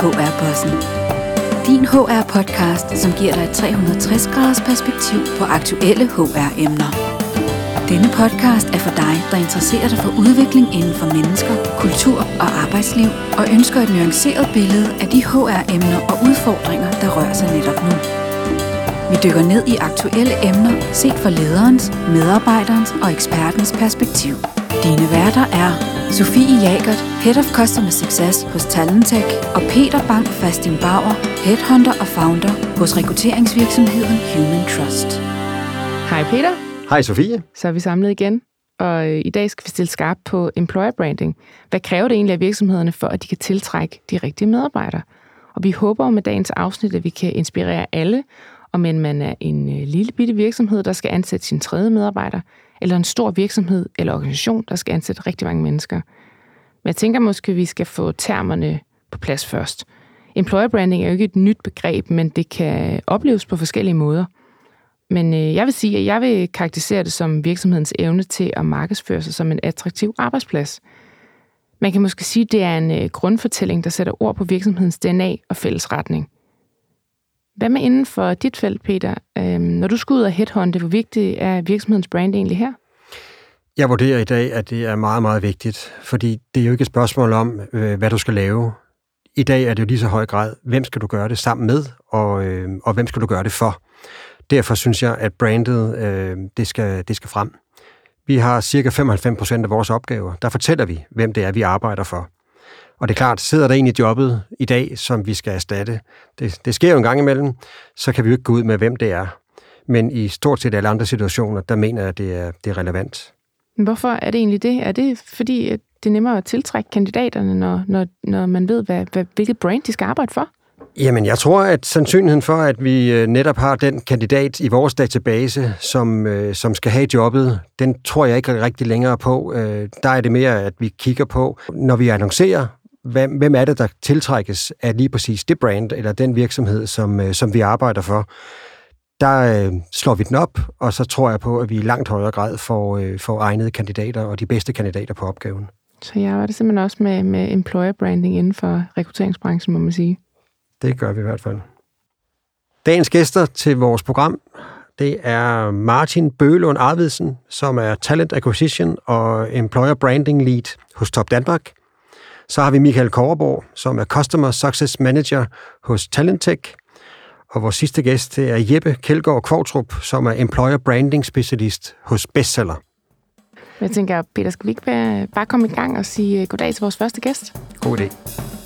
HR-bossen. Din HR-podcast, som giver dig et 360-graders perspektiv på aktuelle HR-emner. Denne podcast er for dig, der interesserer dig for udvikling inden for mennesker, kultur og arbejdsliv, og ønsker et nuanceret billede af de HR-emner og udfordringer, der rører sig netop nu. Vi dykker ned i aktuelle emner, set fra lederens, medarbejderens og ekspertens perspektiv. Dine værter er Sofie Jagert, Head of Customer Success hos Talentech, og Peter Bang Fasting Bauer, Headhunter og Founder hos rekrutteringsvirksomheden Human Trust. Hej Peter. Hej Sofie. Så er vi samlet igen, og i dag skal vi stille skarpt på employer branding. Hvad kræver det egentlig af virksomhederne for, at de kan tiltrække de rigtige medarbejdere? Og vi håber med dagens afsnit, at vi kan inspirere alle, om end man er en lille bitte virksomhed, der skal ansætte sin tredje medarbejder, eller en stor virksomhed eller organisation, der skal ansætte rigtig mange mennesker. Men jeg tænker måske, at vi skal få termerne på plads først. Employer branding er jo ikke et nyt begreb, men det kan opleves på forskellige måder. Men jeg vil sige, at jeg vil karakterisere det som virksomhedens evne til at markedsføre sig som en attraktiv arbejdsplads. Man kan måske sige, at det er en grundfortælling, der sætter ord på virksomhedens DNA og fælles retning. Hvad med inden for dit felt, Peter? Når du skal ud og headhunte, hvor vigtig er virksomhedens brand egentlig her? Jeg vurderer i dag, at det er meget, meget vigtigt, fordi det er jo ikke et spørgsmål om, hvad du skal lave. I dag er det jo lige så høj grad, hvem skal du gøre det sammen med, og hvem skal du gøre det for. Derfor synes jeg, at brandet, det skal frem. Vi har cirka 95% af vores opgaver. Der fortæller vi, hvem det er, vi arbejder for. Og det er klart, sidder der en i jobbet i dag, som vi skal erstatte, det sker jo en gang imellem, så kan vi jo ikke gå ud med, hvem det er. Men i stort set alle andre situationer, der mener jeg, at det er relevant. Hvorfor er det egentlig det? Er det fordi, at det er nemmere at tiltrække kandidaterne, når man ved, hvilket brand de skal arbejde for? Jamen, jeg tror, at sandsynligheden for, at vi netop har den kandidat i vores database, som skal have jobbet, den tror jeg ikke rigtig længere på. Der er det mere, at vi kigger på, når vi annoncerer, hvem er det, der tiltrækkes af lige præcis det brand eller den virksomhed, som vi arbejder for. Der slår vi den op, og så tror jeg på, at vi i langt højere grad får egnede kandidater og de bedste kandidater på opgaven. Så jeg arbejder simpelthen også med employer branding inden for rekrutteringsbranchen, må man sige. Det gør vi i hvert fald. Dagens gæster til vores program, det er Martin Bøgelund Arvidsen, som er Talent Acquisition og Employer Branding Lead hos Topdanmark. Så har vi Michael Kåreborg, som er Customer Success Manager hos Talentech. Og vores sidste gæst, det er Jeppe Kjeldgaard Kvartrup, som er Employer Branding Specialist hos Bestseller. Jeg tænker, Peter, skal vi ikke bare komme i gang og sige goddag til vores første gæst? God idé.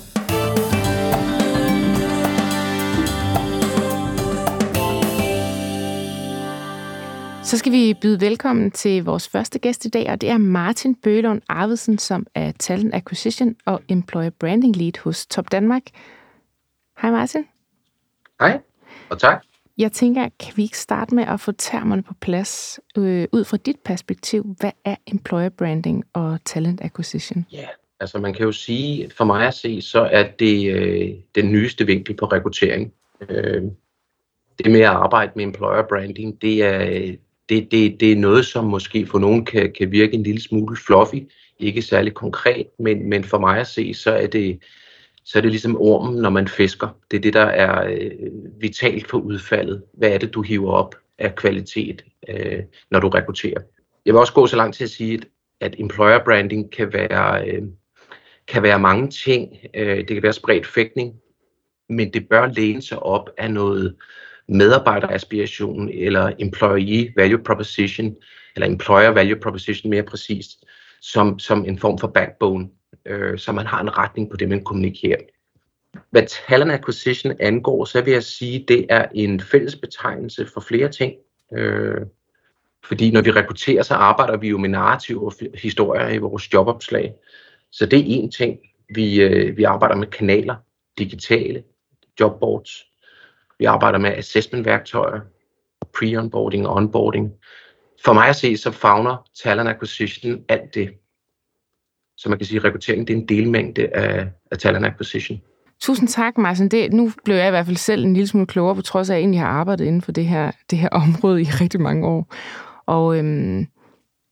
Så skal vi byde velkommen til vores første gæst i dag, og det er Martin Bøgelund Arvidsen, som er Talent Acquisition og Employer Branding Lead hos Topdanmark. Hej Martin. Hej, og tak. Jeg tænker, kan vi ikke starte med at få termerne på plads ud fra dit perspektiv? Hvad er Employer Branding og Talent Acquisition? Ja, altså man kan jo sige, for mig at se, så er det den nyeste vinkel på rekruttering. Det med at arbejde med Employer Branding, det er noget, som måske for nogen kan virke en lille smule fluffy, ikke særlig konkret, men for mig at se, så er det ligesom ormen, når man fisker. Det er det, der er vitalt for udfaldet. Hvad er det, du hiver op af kvalitet, når du rekrutterer? Jeg vil også gå så langt til at sige, at employer branding kan være mange ting. Det kan være spredt fægtning, men det bør læne sig op af noget medarbejderaspiration eller employee value proposition, eller employer value proposition mere præcist, som en form for backbone, så man har en retning på det, man kommunikerer. Hvad talent acquisition angår, så vil jeg sige, at det er en fælles betegnelse for flere ting. Fordi når vi rekrutterer, så arbejder vi jo med narrativ og historier i vores jobopslag. Så det er en ting. Vi arbejder med kanaler, digitale, jobboards. Vi arbejder med assessment-værktøjer, pre-onboarding og onboarding. For mig at se, så favner talent acquisition alt det. Så man kan sige, at rekruttering det er en delmængde af talent acquisition. Tusind tak, Martin. Nu blev jeg i hvert fald selv en lille smule klogere, på trods af, at jeg egentlig har arbejdet inden for det her område i rigtig mange år. Og jeg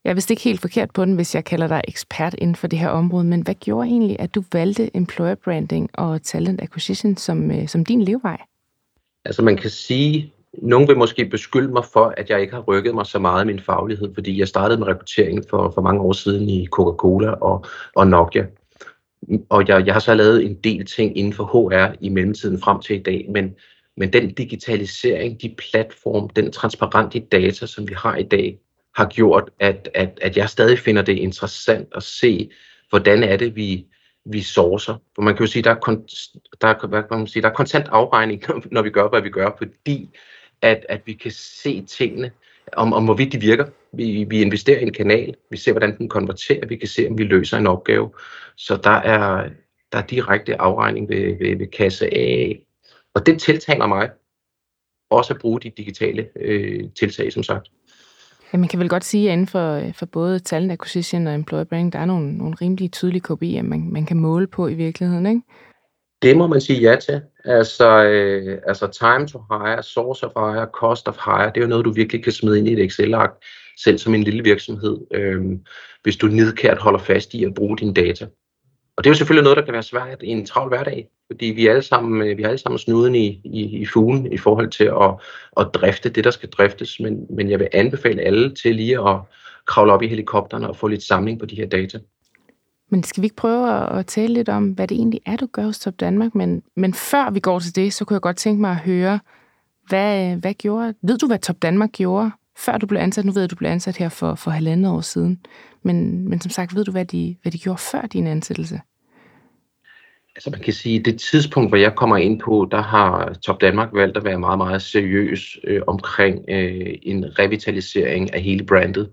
Jeg er vist ikke helt forkert på den, hvis jeg kalder dig ekspert inden for det her område, men hvad gjorde egentlig, at du valgte employer branding og talent acquisition som din levevej? Altså man kan sige, nogen vil måske beskylde mig for, at jeg ikke har rykket mig så meget i min faglighed, fordi jeg startede med rekruttering for mange år siden i Coca-Cola og Nokia. Og jeg har så lavet en del ting inden for HR i mellemtiden frem til i dag, men den digitalisering, de platform, den transparente data, som vi har i dag, har gjort, at jeg stadig finder det interessant at se, hvordan er det, vi sourcer. For man kan jo sige, der er konstant afregning, når vi gør, hvad vi gør, fordi at vi kan se tingene, om hvorvidt de virker. Vi investerer i en kanal, vi ser, hvordan den konverterer, vi kan se, om vi løser en opgave. Så der er direkte afregning ved kasse A. Og det tiltaler mig også at bruge de digitale tiltag, som sagt. Ja, man kan vel godt sige, at inden for både talent acquisition og employer branding, der er nogle rimelig tydelige KPI'er, man kan måle på i virkeligheden, ikke? Det må man sige ja til. Altså time to hire, source of hire, cost of hire, det er jo noget, du virkelig kan smide ind i et Excel-ark, selv som en lille virksomhed, hvis du nidkært holder fast i at bruge dine data. Og det er jo selvfølgelig noget, der kan være svært i en travl hverdag, fordi vi har alle sammen snuden i fugen i forhold til at drifte det, der skal driftes. Men jeg vil anbefale alle til lige at kravle op i helikopterne og få lidt samling på de her data. Men skal vi ikke prøve at tale lidt om, hvad det egentlig er, du gør hos Top Danmark? Men før vi går til det, så kunne jeg godt tænke mig at høre, hvad gjorde... Ved du, hvad Top Danmark gjorde, før du blev ansat? Nu ved jeg, at du blev ansat her for 1,5 år siden. Men som sagt, ved du, hvad de gjorde før din ansættelse? Altså man kan sige, at det tidspunkt, hvor jeg kommer ind på, der har Top Danmark valgt at være meget, meget seriøs omkring en revitalisering af hele brandet.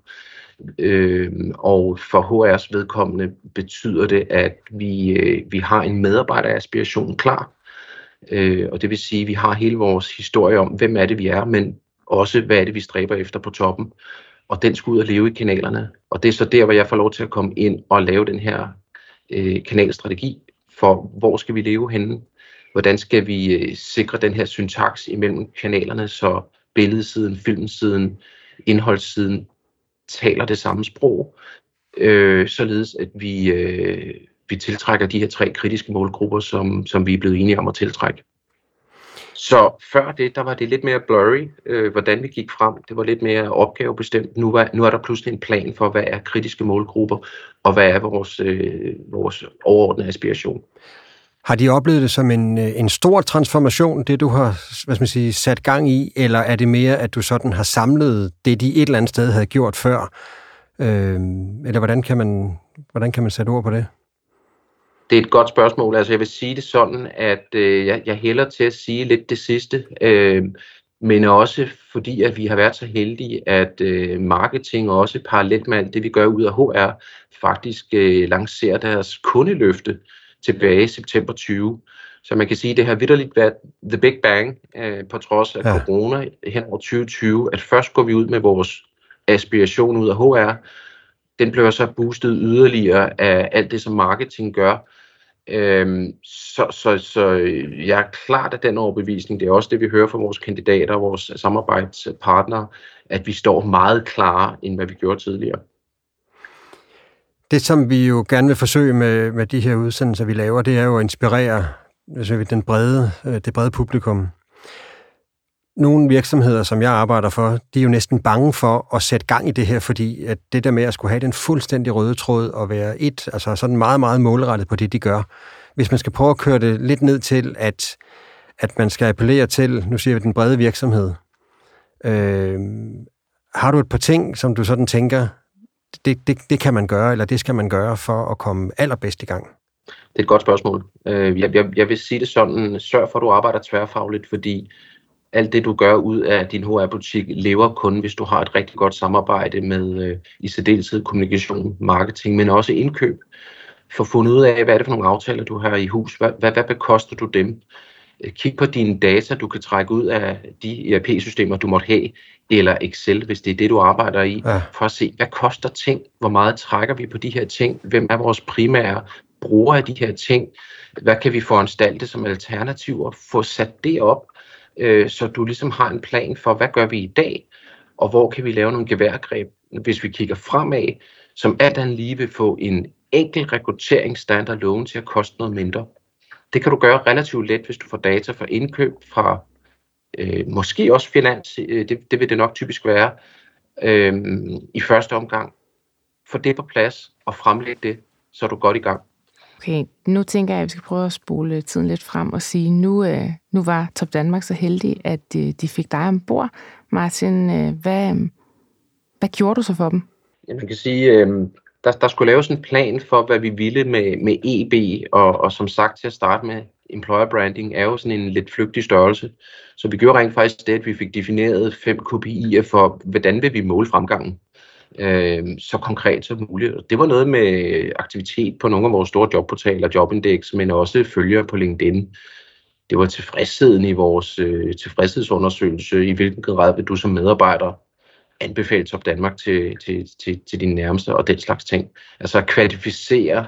Og for HR's vedkommende betyder det, at vi har en medarbejderaspiration klar. Og det vil sige, at vi har hele vores historie om, hvem er det, vi er, men også, hvad er det, vi stræber efter på toppen. Og den skal ud og leve i kanalerne. Og det er så der, hvor jeg får lov til at komme ind og lave den her kanalstrategi for, hvor skal vi leve henne? Hvordan skal vi sikre den her syntaks imellem kanalerne, så billedsiden, filmsiden, indholdssiden taler det samme sprog, således at vi tiltrækker de her 3 kritiske målgrupper, som vi er blevet enige om at tiltrække. Så før det, der var det lidt mere blurry, hvordan vi gik frem. Det var lidt mere opgavebestemt. Nu er der pludselig en plan for, hvad er kritiske målgrupper, og hvad er vores overordnede aspiration. Har de oplevet det som en stor transformation, det du har sat gang i, eller er det mere, at du sådan har samlet det, de et eller andet sted havde gjort før? Eller hvordan kan man sætte ord på det? Det er et godt spørgsmål. Altså jeg vil sige det sådan, at jeg hælder til at sige lidt det sidste, men også fordi, at vi har været så heldige, at marketing også parallelt med alt det, vi gør ud af HR, faktisk lancerer deres kundeløfte tilbage i september 20. Så man kan sige, at det har vitterligt været the big bang på trods af corona hen over 2020, at først går vi ud med vores aspiration ud af HR. Den bliver så boostet yderligere af alt det, som marketing gør. Så jeg er klart af den overbevisning, det er også det, vi hører fra vores kandidater og vores samarbejdspartnere, at vi står meget klarere, end hvad vi gjorde tidligere. Det, som vi jo gerne vil forsøge med de her udsendelser, vi laver, det er jo at inspirere det brede publikum. Nogle virksomheder, som jeg arbejder for, de er jo næsten bange for at sætte gang i det her, fordi at det der med at skulle have den fuldstændig røde tråd og være altså sådan meget, meget målrettet på det, de gør. Hvis man skal prøve at køre det lidt ned til, at man skal appellere til, nu siger vi, den brede virksomhed. Har du et par ting, som du sådan tænker, det kan man gøre, eller det skal man gøre for at komme allerbedst i gang? Det er et godt spørgsmål. Jeg vil sige det sådan, sørg for, at du arbejder tværfagligt, fordi alt det, du gør ud af din HR-butik, lever kun, hvis du har et rigtig godt samarbejde med i særdeleshed kommunikation, marketing, men også indkøb. For at finde ud af, hvad er det for nogle aftaler, du har i hus? Hvad bekoster du dem? Kig på dine data, du kan trække ud af de ERP-systemer, du måtte have, eller Excel, hvis det er det, du arbejder i, for at se, hvad koster ting? Hvor meget trækker vi på de her ting? Hvem er vores primære brugere af de her ting? Hvad kan vi foranstalte som alternativer? Få sat det op, så du ligesom har en plan for, hvad gør vi i dag? og hvor kan vi lave nogle geværgreb, hvis vi kigger fremad, som alt andet lige vil få en enkelt rekrutteringsstandalone til at koste noget mindre. Det kan du gøre relativt let, hvis du får data fra indkøb, fra måske også finans, det vil det nok typisk være, i første omgang. Få det på plads og fremlægge det, så er du godt i gang. Okay, nu tænker jeg, at vi skal prøve at spole tiden lidt frem og sige, nu var Top Danmark så heldig, at de fik dig ombord. Martin, hvad gjorde du så for dem? Ja, man kan sige, der skulle laves en plan for, hvad vi ville med EB, og som sagt til at starte med, employer branding er jo sådan en lidt flygtig størrelse. Så vi gjorde rent faktisk det, at vi fik defineret 5 KPI'er for, hvordan vil vi måle fremgangen. Så konkret som muligt. Det var noget med aktivitet på nogle af vores store jobportaler, Jobindex, men også følgere på LinkedIn. Det var tilfredsheden i vores tilfredshedsundersøgelse, i hvilken grad vil du som medarbejder anbefale Top Danmark til dine nærmeste og den slags ting. Altså at kvalificere,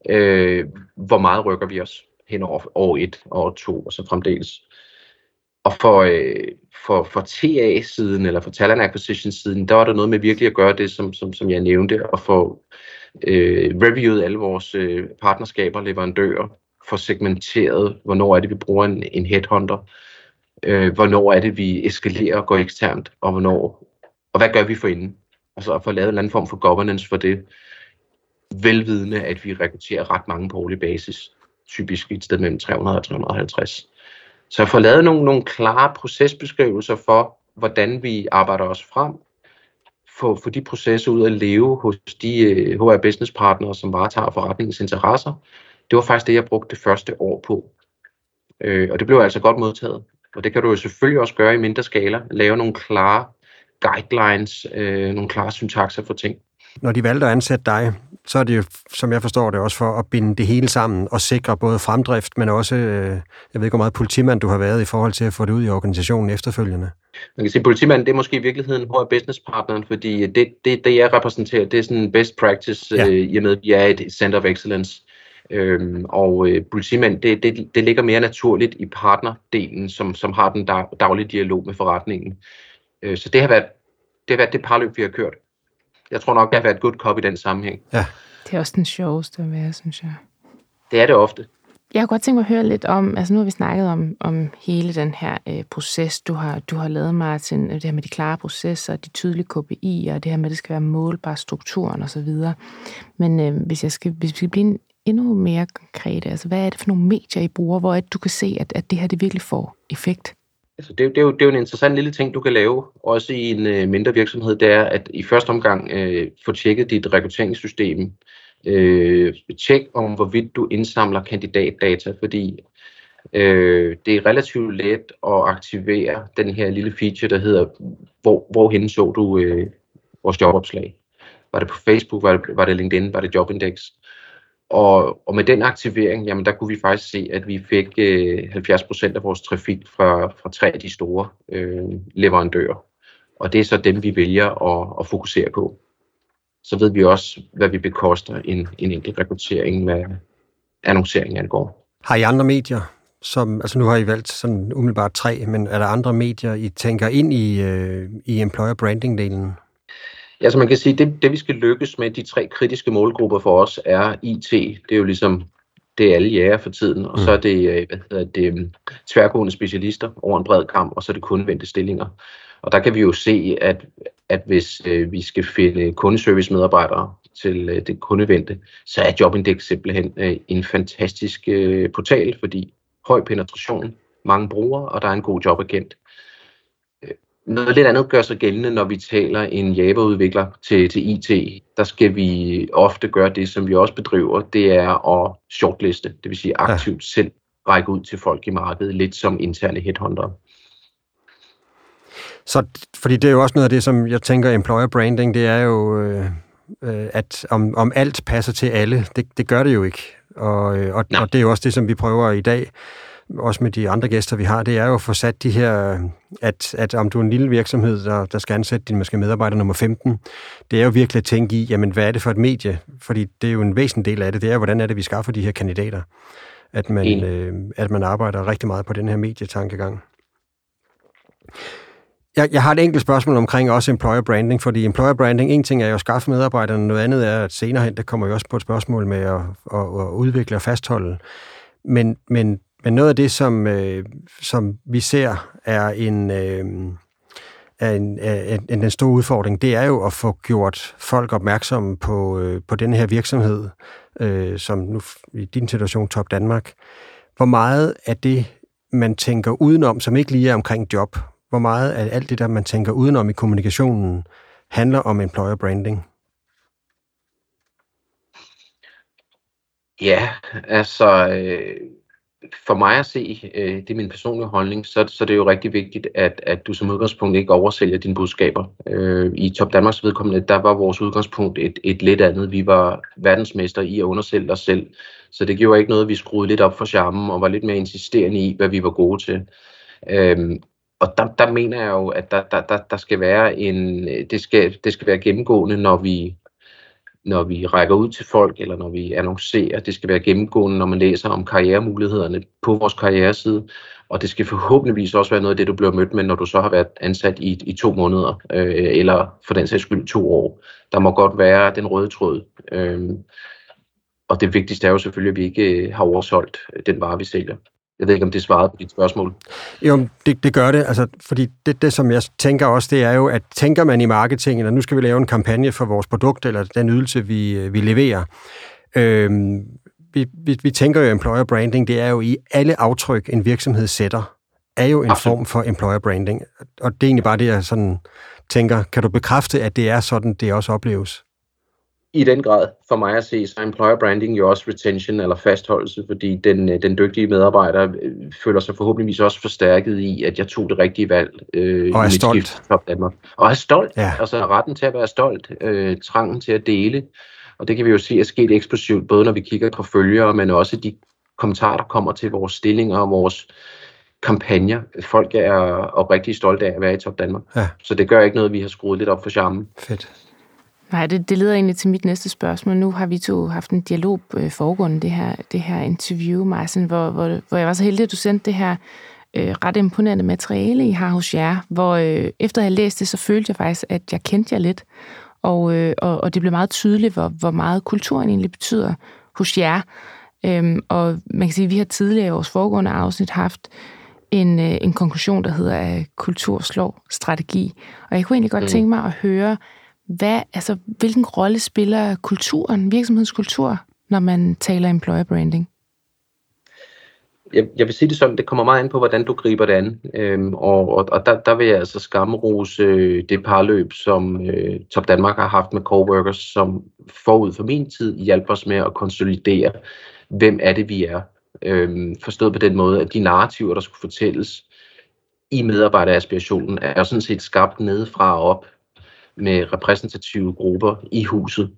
hvor meget rykker vi os hen over år 1, år 2 og så fremdeles. Og for TA-siden, eller for Talent Acquisition-siden, der var der noget med virkelig at gøre det, som jeg nævnte, og få reviewet alle vores partnerskaber, leverandører, få segmenteret, hvornår er det, vi bruger en headhunter, hvornår er det, vi eskalerer og går eksternt, og hvad gør vi for inden? Altså at få lavet en eller anden form for governance for det, velvidende, at vi rekrutterer ret mange på årlig basis, typisk et sted mellem 300 og 350. Så få lavet nogle klare procesbeskrivelser for, hvordan vi arbejder os frem, få de processer ud at leve hos de HR-business-partnere, som varetager forretningens interesser. Det var faktisk det, jeg brugte det første år på. Og det blev altså godt modtaget. Og det kan du jo selvfølgelig også gøre i mindre skala. Lave nogle klare guidelines, nogle klare syntakser for ting. Når de valgte at ansætte dig, så er det jo, som jeg forstår det, også for at binde det hele sammen og sikre både fremdrift, men også, jeg ved ikke, hvor meget politimand du har været i forhold til at få det ud i organisationen efterfølgende. Man kan sige, at politimanden, det er måske i virkeligheden HR-business-partneren, fordi det jeg repræsenterer, det er sådan en best practice, i og med, at vi er et center of excellence. Og politimand, det ligger mere naturligt i partnerdelen, som har den daglige dialog med forretningen. Så det har været det parløb, vi har kørt. Jeg tror nok, det har været et good cop i den sammenhæng. Ja. Det er også den sjoveste at være, synes jeg. Det er det ofte. Jeg kunne godt tænke mig at høre lidt om, altså nu har vi snakket om hele den her proces, du har lavet, Martin, det her med de klare processer, de tydelige KPI'er, det her med, at det skal være målbar strukturen osv. Men hvis vi skal blive endnu mere konkret, altså hvad er det for nogle medier, I bruger, hvor du kan se, at det her det virkelig får effekt? Altså, det er jo en interessant lille ting, du kan lave, også i en mindre virksomhed, det er at i første omgang få tjekket dit rekrutteringssystem. Tjek om, hvorvidt du indsamler kandidatdata, fordi det er relativt let at aktivere den her lille feature, der hedder, hvorhen så du vores jobopslag. Var det på Facebook, var det LinkedIn, var det Jobindex? Og med den aktivering, jamen der kunne vi faktisk se, at vi fik 70% af vores trafik fra 3 af de store leverandører. Og det er så dem, vi vælger at fokusere på. Så ved vi også, hvad vi bekoster en enkelt rekruttering med annoncering angår. Har I andre medier, altså nu har I valgt sådan umiddelbart 3, men er der andre medier, I tænker ind i employer branding-delen? Ja, så man kan sige, det vi skal lykkes med, de 3 kritiske målgrupper for os, er IT. Det er jo ligesom det alle jager for tiden. Og så er det tværgående specialister over en bred kam, og så er det kundevendte stillinger. Og der kan vi jo se, at hvis vi skal finde kundeservice-medarbejdere til det kundevendte, så er Jobindex simpelthen en fantastisk portal, fordi høj penetration, mange brugere, og der er en god jobagent. Noget lidt andet gør sig gældende, når vi taler en Java-udvikler til IT. Der skal vi ofte gøre det, som vi også bedriver, det er at shortliste, det vil sige aktivt selv række ud til folk i markedet, lidt som interne headhunter. Så, fordi det er jo også noget af det, som jeg tænker, employer branding, det er jo, at om alt passer til alle, det gør det jo ikke. Og det er jo også det, som vi prøver i dag, også med de andre gæster, vi har, det er jo at få sat de her, at om du er en lille virksomhed, der skal ansætte din måske medarbejder nummer 15, det er jo virkelig at tænke i, jamen hvad er det for et medie? Fordi det er jo en væsentlig del af det, det er hvordan er det, vi skaffer de her kandidater. At man arbejder rigtig meget på den her medietankegang. Jeg har et enkelt spørgsmål omkring også employer branding, fordi employer branding, en ting er jo at skaffe medarbejderne, noget andet er, at senere hen, det kommer jo også på et spørgsmål med at udvikle og fastholde. Men noget af det, som vi ser, er en stor udfordring, det er jo at få gjort folk opmærksomme på den her virksomhed, som nu i din situation Top Danmark. Hvor meget af det, man tænker udenom, som ikke lige er omkring job, hvor meget af alt det, der man tænker udenom i kommunikationen, handler om employer branding? Ja, altså for mig at se, det er min personlige holdning, så er det jo rigtig vigtigt, at du som udgangspunkt ikke oversælger dine budskaber. I Top Danmarks vedkommende, der var vores udgangspunkt et lidt andet. Vi var verdensmester i at undersælge os selv, så det gjorde ikke noget, at vi skruede lidt op for charmen og var lidt mere insisterende i, hvad vi var gode til. Og der mener jeg jo, at der skal være det skal være gennemgående, når vi rækker ud til folk, eller når vi annoncerer. Det skal være gennemgående, når man læser om karrieremulighederne på vores karriereside. Og det skal forhåbentligvis også være noget af det, du bliver mødt med, når du så har været ansat i 2 måneder, eller for den sags skyld 2 år. Der må godt være den røde tråd. Og det vigtigste er jo selvfølgelig, at vi ikke har oversolgt den vare, vi sælger. Jeg ved ikke, om det svarede på dit spørgsmål. Jo, det gør det. Altså, fordi det, som jeg tænker også, det er jo, at tænker man i marketing, eller nu skal vi lave en kampagne for vores produkt, eller den ydelse, vi leverer. Vi tænker jo, employer branding, det er jo i alle aftryk, en virksomhed sætter, er jo en form for employer branding. Og det er egentlig bare det, jeg sådan tænker. Kan du bekræfte, at det er sådan, det også opleves? I den grad, for mig at se, så er employer branding jo også retention eller fastholdelse, fordi den dygtige medarbejder føler sig forhåbentligvis også forstærket i, at jeg tog det rigtige valg og er stolt. Top Danmark. Og er stolt, ja. Altså retten til at være stolt, trangen til at dele, og det kan vi jo se er sket eksplosivt, både når vi kigger på følgere, men også de kommentarer, der kommer til vores stillinger og vores kampagner. Folk er oprigtigt stolte af at være i Top Danmark. Ja. Så det gør ikke noget, vi har skruet lidt op for charmen. Fedt. Nej, det leder egentlig til mit næste spørgsmål. Nu har vi to haft en dialog foregående det her interview, Martin, hvor jeg var så heldig, at du sendte det her ret imponerende materiale, I har hos jer, hvor efter at have læst det, så følte jeg faktisk, at jeg kendte jer lidt, og det blev meget tydeligt, hvor meget kulturen egentlig betyder hos jer. Og man kan sige, at vi har tidligere i vores foregående afsnit haft en konklusion, der hedder kultur slår strategi. Og jeg kunne egentlig godt tænke mig at høre, hvilken rolle spiller kulturen, virksomhedskultur, når man taler employer branding? Jeg vil sige det sådan, det kommer meget an på, hvordan du griber det an. Og der vil jeg altså skamrose det parløb, som Top Danmark har haft med coworkers, som forud for min tid hjalp os med at konsolidere, hvem er det, vi er. Forstået på den måde, at de narrativer, der skulle fortælles i medarbejderaspirationen, er jo sådan set skabt nedefra og op med repræsentative grupper i huset.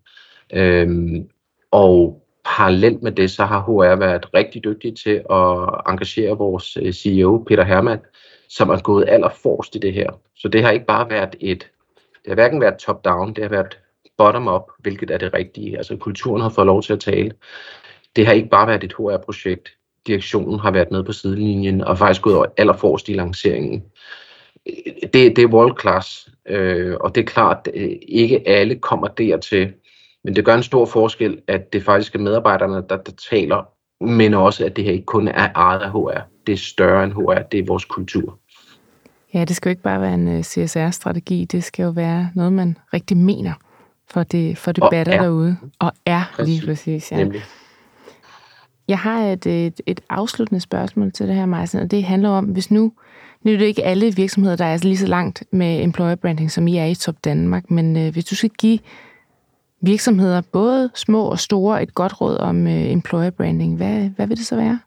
Og parallelt med det, så har HR været rigtig dygtige til at engagere vores CEO, Peter Hermann, som er gået allerforrest i det her. Så det har ikke bare været det har hverken været top-down, det har været bottom-up, hvilket er det rigtige. Altså kulturen har fået lov til at tale. Det har ikke bare været et HR-projekt. Direktionen har været med på sidelinjen og faktisk gået over allerforrest i lanceringen. Det er world class, og det er klart, at ikke alle kommer dertil, men det gør en stor forskel, at det faktisk er medarbejderne, der taler, men også, at det her ikke kun er ejet af HR. Det er større end HR, det er vores kultur. Ja, det skal jo ikke bare være en CSR-strategi, det skal jo være noget, man rigtig mener for debatter derude, og er lige præcis. Ja. Nemlig. Jeg har et afsluttende spørgsmål til det her, Martin, og det handler om, hvis nu er det ikke alle virksomheder, der er lige så langt med employer branding, som I er i Top Danmark, men hvis du skal give virksomheder, både små og store, et godt råd om employer branding, hvad vil det så være?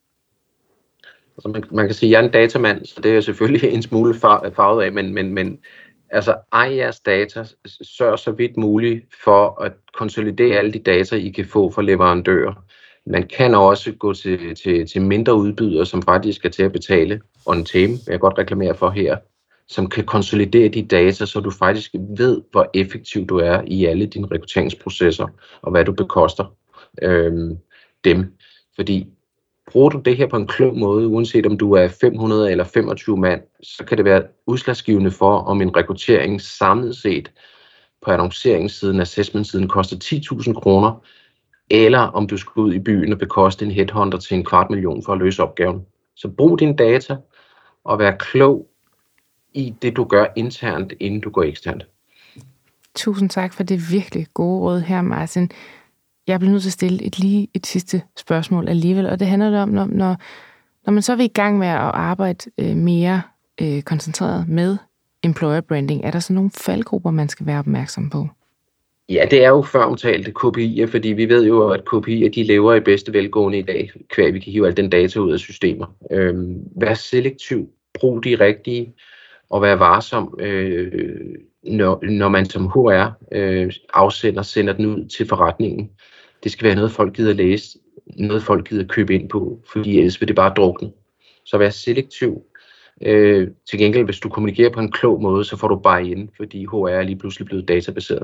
Altså man kan sige, at jeg er en datamand, så det er selvfølgelig en smule farvet af, men altså ej jeres data, sørg så vidt muligt for at konsolidere alle de data, I kan få fra leverandører. Man kan også gå til mindre udbydere, som faktisk skal til at betale on time, vil jeg godt reklamere for her, som kan konsolidere de data, så du faktisk ved, hvor effektiv du er i alle dine rekrutteringsprocesser, og hvad du bekoster dem. Fordi bruger du det her på en klog måde, uanset om du er 500 eller 25 mand, så kan det være udslagsgivende for, om en rekruttering samlet set på annonceringssiden, assessmentsiden, koster 10.000 kroner, eller om du skal ud i byen og bekoste en headhunter til 250.000 for at løse opgaven. Så brug dine data og vær klog i det, du gør internt, inden du går eksternt. Tusind tak for det virkelig gode råd her, Martin. Jeg bliver nødt til at stille et sidste spørgsmål alligevel, og det handler om, når man så vil i gang med at arbejde mere koncentreret med employer branding, er der så nogle faldgrupper, man skal være opmærksom på? Ja, det er jo før omtalte KPI'er, fordi vi ved jo, at KPI'er de lever i bedste velgående i dag, kvæg vi kan hive al den data ud af systemer. Vær selektiv, brug de rigtige, og vær varsom, når man som HR afsender, sender den ud til forretningen. Det skal være noget, folk gider læse, noget folk gider købe ind på, fordi ellers vil det bare drukne. Så vær selektiv. Til gengæld, hvis du kommunikerer på en klog måde, så får du bare ind, fordi HR er lige pludselig blevet databaseret.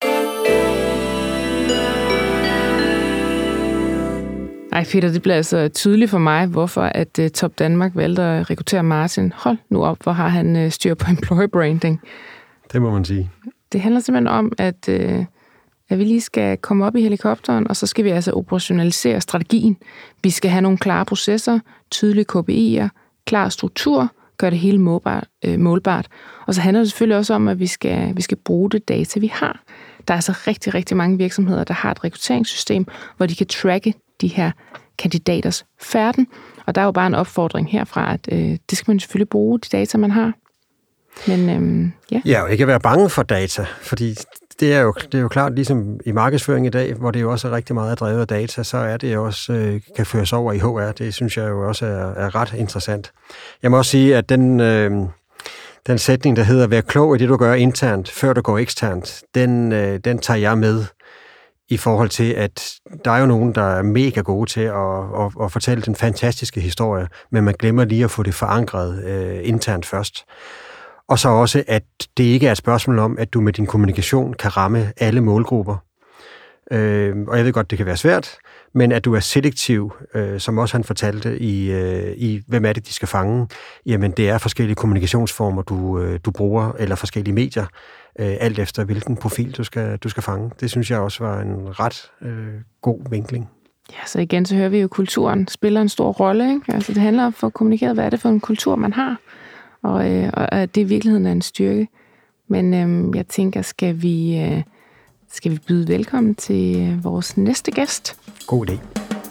Ej Peter, det bliver altså tydeligt for mig, hvorfor at Top Danmark valgte at rekruttere Martin. Hold nu op, hvor har han styr på employer branding. Det må man sige. Det handler simpelthen om, at vi lige skal komme op i helikopteren, og så skal vi altså operationalisere strategien. Vi skal have nogle klare processer, tydelige KPI'er, klar struktur, gøre det hele målbart. Og så handler det selvfølgelig også om, at vi skal bruge det data, vi har. Der er altså rigtig, rigtig mange virksomheder, der har et rekrutteringssystem, hvor de kan tracke de her kandidaters færden. Og der er jo bare en opfordring herfra, at det skal man selvfølgelig bruge, de data, man har. Men ja. Ja, og ikke være bange for data, fordi det er jo klart, ligesom i markedsføring i dag, hvor det jo også er rigtig meget drevet af data, så er det jo også kan føres over i HR. Det synes jeg jo også er ret interessant. Jeg må også sige, at den sætning, der hedder, vær klog i det, du gør internt, før du går eksternt, den tager jeg med i forhold til, at der er jo nogen, der er mega gode til at fortælle den fantastiske historie, men man glemmer lige at få det forankret internt først. Og så også, at det ikke er et spørgsmål om, at du med din kommunikation kan ramme alle målgrupper. Og jeg ved godt, det kan være svært, men at du er selektiv, som også han fortalte, i hvem er det, de skal fange. Jamen, det er forskellige kommunikationsformer, du bruger, eller forskellige medier, alt efter hvilken profil du skal fange. Det synes jeg også var en ret god vinkling. Ja, så igen, så hører vi jo, at kulturen spiller en stor rolle, ikke? Altså, det handler om at få kommunikeret, hvad er det for en kultur, man har, og at det i virkeligheden er en styrke. Men jeg tænker, skal vi byde velkommen til vores næste gæst? God idé.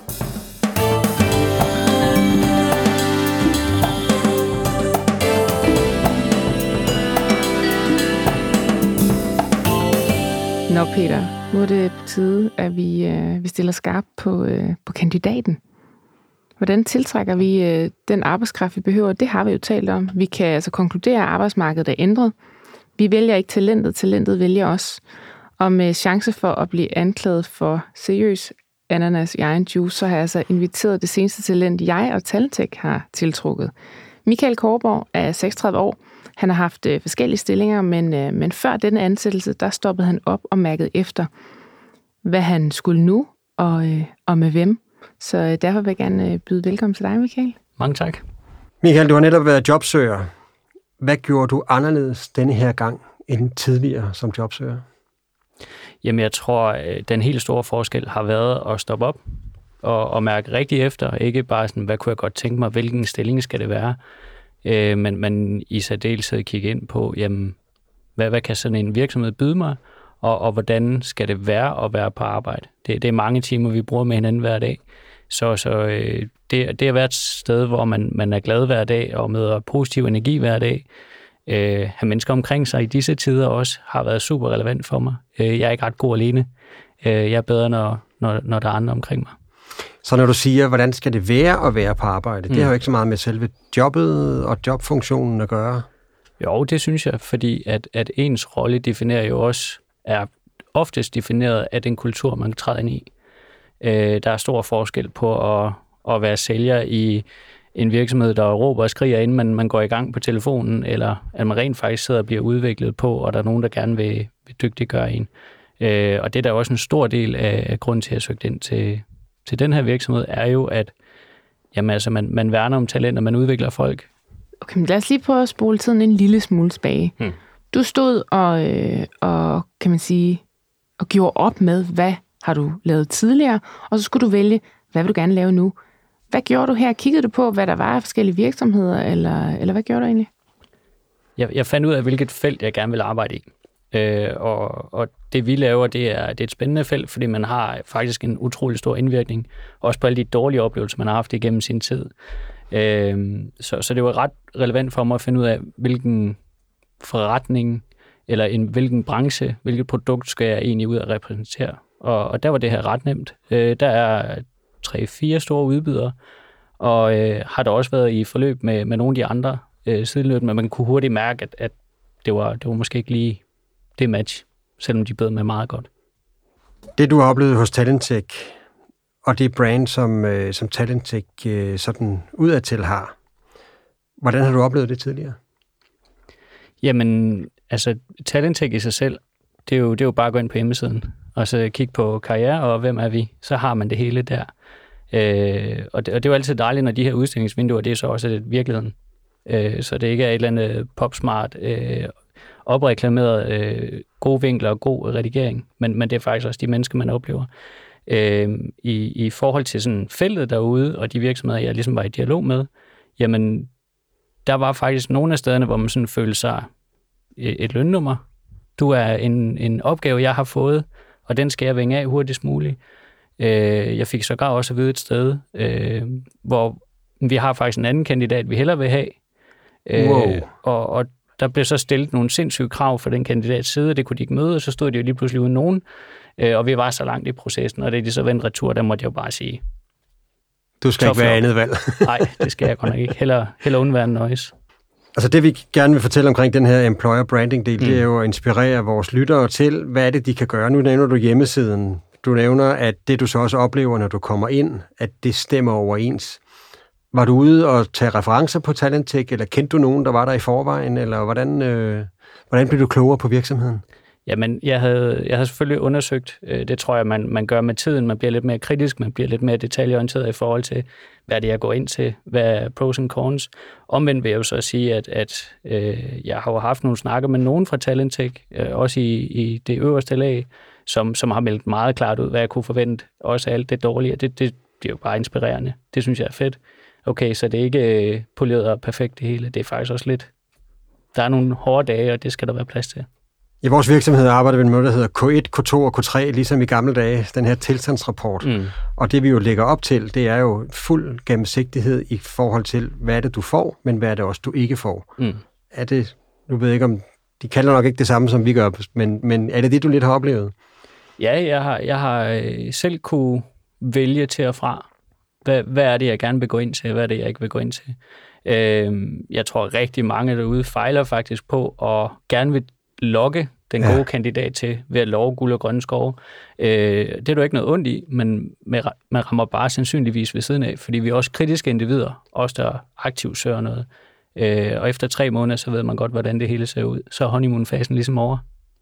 Nå Peter, nu er det på tide, at vi stiller skarpt på kandidaten. Hvordan tiltrækker vi den arbejdskraft, vi behøver? Det har vi jo talt om. Vi kan altså konkludere, at arbejdsmarkedet er ændret. Vi vælger ikke talentet vælger os. Og med chance for at blive anklaget for seriøs ananas i egen juice, så har jeg altså inviteret det seneste talent, jeg og Talentech har tiltrukket. Michael Kårborg er 36 år. Han har haft forskellige stillinger, men før denne ansættelse, der stoppede han op og mærkede efter, hvad han skulle nu, og med hvem. Så derfor vil jeg gerne byde velkommen til dig, Michael. Mange tak. Michael, du har netop været jobsøger. Hvad gjorde du anderledes denne her gang end tidligere som jobsøger? Jamen, jeg tror, den helt store forskel har været at stoppe op og mærke rigtig efter. Ikke bare sådan, hvad kunne jeg godt tænke mig, hvilken stilling skal det være, men i særdeleshed kigge ind på, jamen, hvad kan sådan en virksomhed byde mig, og hvordan skal det være at være på arbejde. Det er mange timer, vi bruger med hinanden hver dag. Så det at være et sted, hvor man er glad hver dag og møder positiv energi hver dag, have mennesker omkring sig i disse tider også, har været super relevant for mig. Jeg er ikke ret god alene. Jeg er bedre, når der er andre omkring mig. Så når du siger, hvordan skal det være at være på arbejde, det har jo ikke så meget med selve jobbet og jobfunktionen at gøre. Jo, det synes jeg, fordi at ens rolle definerer jo også, er oftest defineret af den kultur, man træder ind i. Der er stor forskel på at være sælger i en virksomhed, der råber og skriger, inden man går i gang på telefonen, eller at man rent faktisk sidder og bliver udviklet på, og der er nogen, der gerne vil dygtiggøre en. Og det er da også en stor del af grunden til, at jeg søgte ind til den her virksomhed, er jo, at jamen altså, man værner om talenter, man udvikler folk. Okay, men lad os lige prøve at spole tiden en lille smule tilbage. Du stod og kan man sige, og gjorde op med, hvad har du lavet tidligere, og så skulle du vælge, hvad vil du gerne lave nu? Hvad gjorde du her? Kiggede du på, hvad der var af forskellige virksomheder, eller hvad gjorde du egentlig? Jeg fandt ud af, hvilket felt jeg gerne vil arbejde i. Og det vi laver, det er et spændende felt, fordi man har faktisk en utrolig stor indvirkning, også på alle de dårlige oplevelser, man har haft igennem sin tid. Så det var ret relevant for mig at finde ud af, hvilken forretning, eller hvilken branche, hvilket produkt skal jeg egentlig ud at repræsentere. Og der var det her ret nemt. Der er 3-4 store udbydere, og har der også været i forløb med nogle af de andre sideløbende, men man kunne hurtigt mærke, at det var måske ikke lige det match, selvom de bød med meget godt. Det, du har oplevet hos Talentech, og det brand, som Talentech sådan udadtil har, hvordan har du oplevet det tidligere? Jamen, altså Talentech i sig selv, det er jo bare at gå ind på hjemmesiden, og så kigge på karriere, og hvem er vi? Så har man det hele der. Og det er jo altid dejligt, når de her udstillingsvinduer, det er så også virkeligheden. Så det ikke er et eller andet popsmart, opreklameret gode vinkler og god redigering, men det er faktisk også de mennesker, man oplever. I forhold til sådan feltet derude, og de virksomheder, jeg ligesom var i dialog med, jamen, der var faktisk nogle af stederne, hvor man sådan følte sig et lønnummer. Du er en opgave, jeg har fået, og den skal jeg vinge af hurtigst muligt. Jeg fik sågar også at vide et sted, hvor vi har faktisk en anden kandidat, vi hellere vil have. Og der blev så stillet nogle sindssyge krav for den kandidats side, det kunne de ikke møde, og så stod de jo lige pludselig uden nogen, og vi var så langt i processen, og da de så vendte retur, der måtte jeg jo bare sige... Du skal ikke være andet valg. Nej, det skal jeg godt nok ikke. Heller undvære en noise. Altså det, vi gerne vil fortælle omkring den her employer branding del, det er jo at inspirere vores lyttere til, hvad er det, de kan gøre. Nu nævner du hjemmesiden. Du nævner, at det, du så også oplever, når du kommer ind, at det stemmer overens. Var du ude og tage referencer på Talentech, eller kendte du nogen, der var der i forvejen, eller hvordan blev du klogere på virksomheden? Jamen, jeg havde selvfølgelig undersøgt, det tror jeg, man gør med tiden. Man bliver lidt mere kritisk, man bliver lidt mere detaljeorienteret i forhold til, hvad det er, jeg går ind til, hvad er pros and cons. Omvendt vil jeg jo så sige, at jeg har jo haft nogle snakker med nogen fra Talentech, også i det øverste lag, som har meldt meget klart ud, hvad jeg kunne forvente, også alt det dårlige. Det bliver jo bare inspirerende. Det synes jeg er fedt. Okay, så det er ikke poleret og perfekt det hele. Det er faktisk også lidt... Der er nogle hårde dage, og det skal der være plads til. I vores virksomhed arbejder vi med noget, der hedder K1, K2 og K3, ligesom i gamle dage, den her tilstandsrapport. Og det vi jo lægger op til, det er jo fuld gennemsigtighed i forhold til, hvad er det, du får, men hvad er det også, du ikke får. Er det, nu ved jeg ikke om, de kalder nok ikke det samme, som vi gør, men er det, du lidt har oplevet? Ja, jeg har selv kunne vælge til og fra. Hvad er det, jeg gerne vil gå ind til, hvad er det, jeg ikke vil gå ind til. Jeg tror, rigtig mange derude fejler faktisk på at gerne vil lokke den gode kandidat til ved at love guld og grønne skove. Det er jo ikke noget ondt i, men man rammer bare sandsynligvis ved siden af, fordi vi er også kritiske individer, også der aktivt søger noget. Og efter 3 måneder, så ved man godt, hvordan det hele ser ud. Så er honeymoon-fasen ligesom over.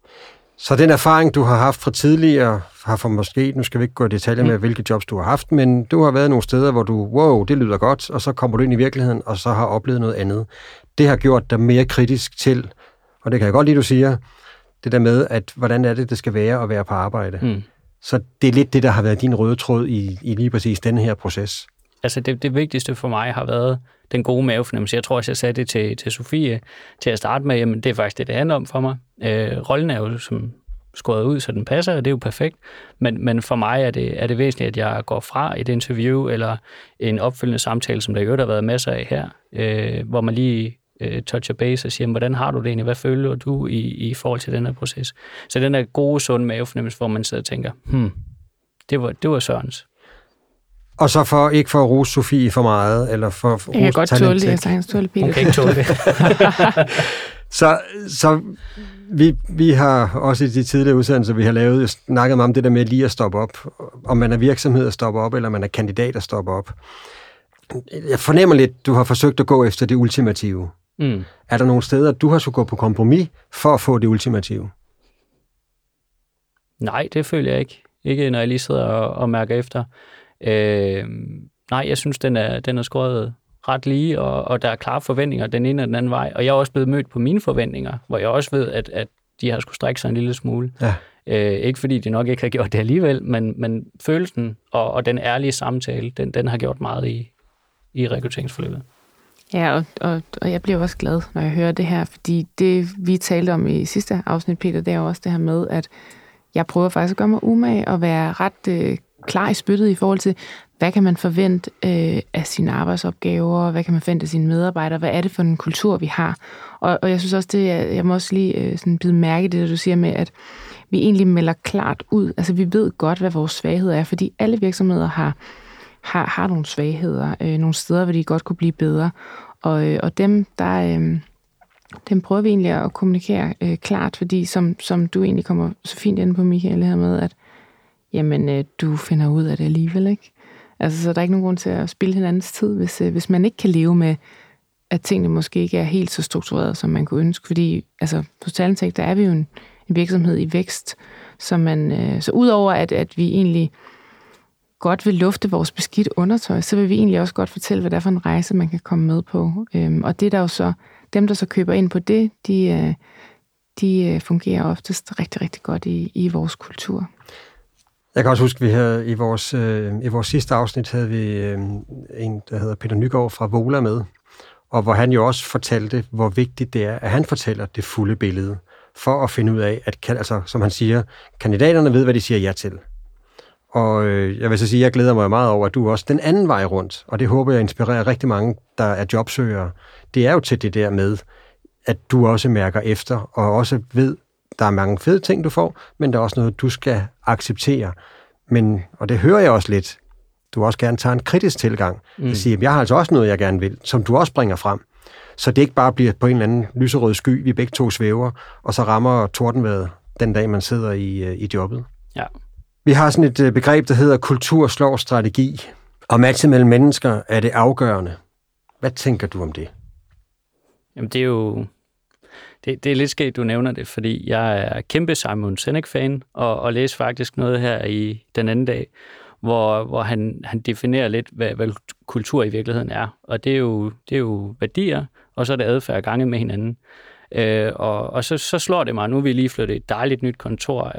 Så den erfaring, du har haft fra tidligere, har for måske, nu skal vi ikke gå i detaljer med, hvilke jobs du har haft, men du har været nogle steder, hvor du, det lyder godt, og så kommer du ind i virkeligheden, og så har oplevet noget andet. Det har gjort dig mere kritisk til, og det kan jeg godt lide, du siger, det der med, at hvordan er det skal være at være på arbejde. Så det er lidt det, der har været din røde tråd i lige præcis denne her proces. Altså det vigtigste for mig har været den gode mavefornemmelse. Jeg tror også, jeg sagde det til Sofie til at starte med, jamen det er faktisk det handler om for mig. Rollen er jo som skåret ud, så den passer, og det er jo perfekt. Men for mig er det væsentligt, at jeg går fra et interview eller en opfølgende samtale, som der jo har været masser af her, hvor man lige toucher base og siger, hvordan har du det egentlig? Hvad føler du i forhold til den her proces? Så den der gode, sunde mavefornemmelse, hvor man sidder og tænker, det var Sørens. Og så ikke for at rose Sofie for meget, eller for at jeg kan godt tåle det, jeg sagtens tåle det. Hun kan ikke tåle det. Så vi har også i de tidligere udsendelser, vi har lavet, snakket om det der med lige at stoppe op. Om man er virksomhed at stoppe op, eller man er kandidat at stoppe op. Jeg fornemmer lidt, du har forsøgt at gå efter det ultimative. Er der nogle steder, du har skulle gå på kompromis for at få det ultimative? Nej, det føler jeg ikke. Ikke når jeg lige sidder og mærker efter. nej, jeg synes, den er skåret ret lige, og der er klare forventninger den ene og den anden vej. Og jeg er også blevet mødt på mine forventninger, hvor jeg også ved, at de har skulle strække sig en lille smule. Ja. Ikke fordi de nok ikke har gjort det alligevel, men følelsen og den ærlige samtale, den har gjort meget i rekrutteringsforløbet. Ja, og jeg bliver også glad, når jeg hører det her, fordi det, vi talte om i sidste afsnit, Peter, det er jo også det her med, at jeg prøver faktisk at gøre mig umage og være ret klar i spyttet i forhold til, hvad kan man forvente af sine arbejdsopgaver, hvad kan man forvente af sine medarbejdere, hvad er det for en kultur, vi har. Og jeg synes også, jeg må også lige sådan bide mærke i det, du siger med, at vi egentlig melder klart ud. Altså vi ved godt, hvad vores svagheder er, fordi alle virksomheder har nogle svagheder, nogle steder, hvor de godt kunne blive bedre. Og dem prøver vi egentlig at kommunikere klart, fordi som du egentlig kommer så fint ind på, Michael, her med, at jamen, du finder ud af det alligevel, ikke? Altså, så der er ikke nogen grund til at spilde hinandens tid, hvis man ikke kan leve med, at tingene måske ikke er helt så struktureret, som man kunne ønske. Fordi altså, på Talentech, der er vi jo en virksomhed i vækst, så udover at vi egentlig godt vil lufte vores beskidt undertøj, så vil vi egentlig også godt fortælle, hvad det er for en rejse, man kan komme med på. Og det er der jo så, dem der så køber ind på det, de fungerer oftest rigtig, rigtig godt i vores kultur. Jeg kan også huske, at vi havde i vores sidste afsnit havde vi en, der hedder Peter Nygaard fra Vola med, og hvor han jo også fortalte, hvor vigtigt det er, at han fortæller det fulde billede, for at finde ud af, at altså, som han siger, kandidaterne ved, hvad de siger ja til. Og jeg vil så sige, at jeg glæder mig meget over, at du også den anden vej rundt, og det håber jeg inspirerer rigtig mange, der er jobsøgere. Det er jo til det der med, at du også mærker efter, og også ved, der er mange fede ting, du får, men der er også noget, du skal acceptere. Men, og det hører jeg også lidt, du også gerne tager en kritisk tilgang. At sige, jeg har altså også noget, jeg gerne vil, som du også bringer frem. Så det ikke bare bliver på en eller anden lyserød sky, vi begge to svæver, og så rammer tordenvejret den dag, man sidder i jobbet. Ja. Vi har sådan et begreb, der hedder kultur slår strategi, og matchen mellem mennesker er det afgørende. Hvad tænker du om det? Jamen, det er jo... Det er lidt skægt, du nævner det, fordi jeg er kæmpe Simon Sinek-fan, og læser faktisk noget her i den anden dag, hvor han definerer lidt, hvad kultur i virkeligheden er. Og det er jo værdier, og så er det adfærd gange med hinanden. Og så slår det mig, nu er vi lige flyttet et dejligt nyt kontor,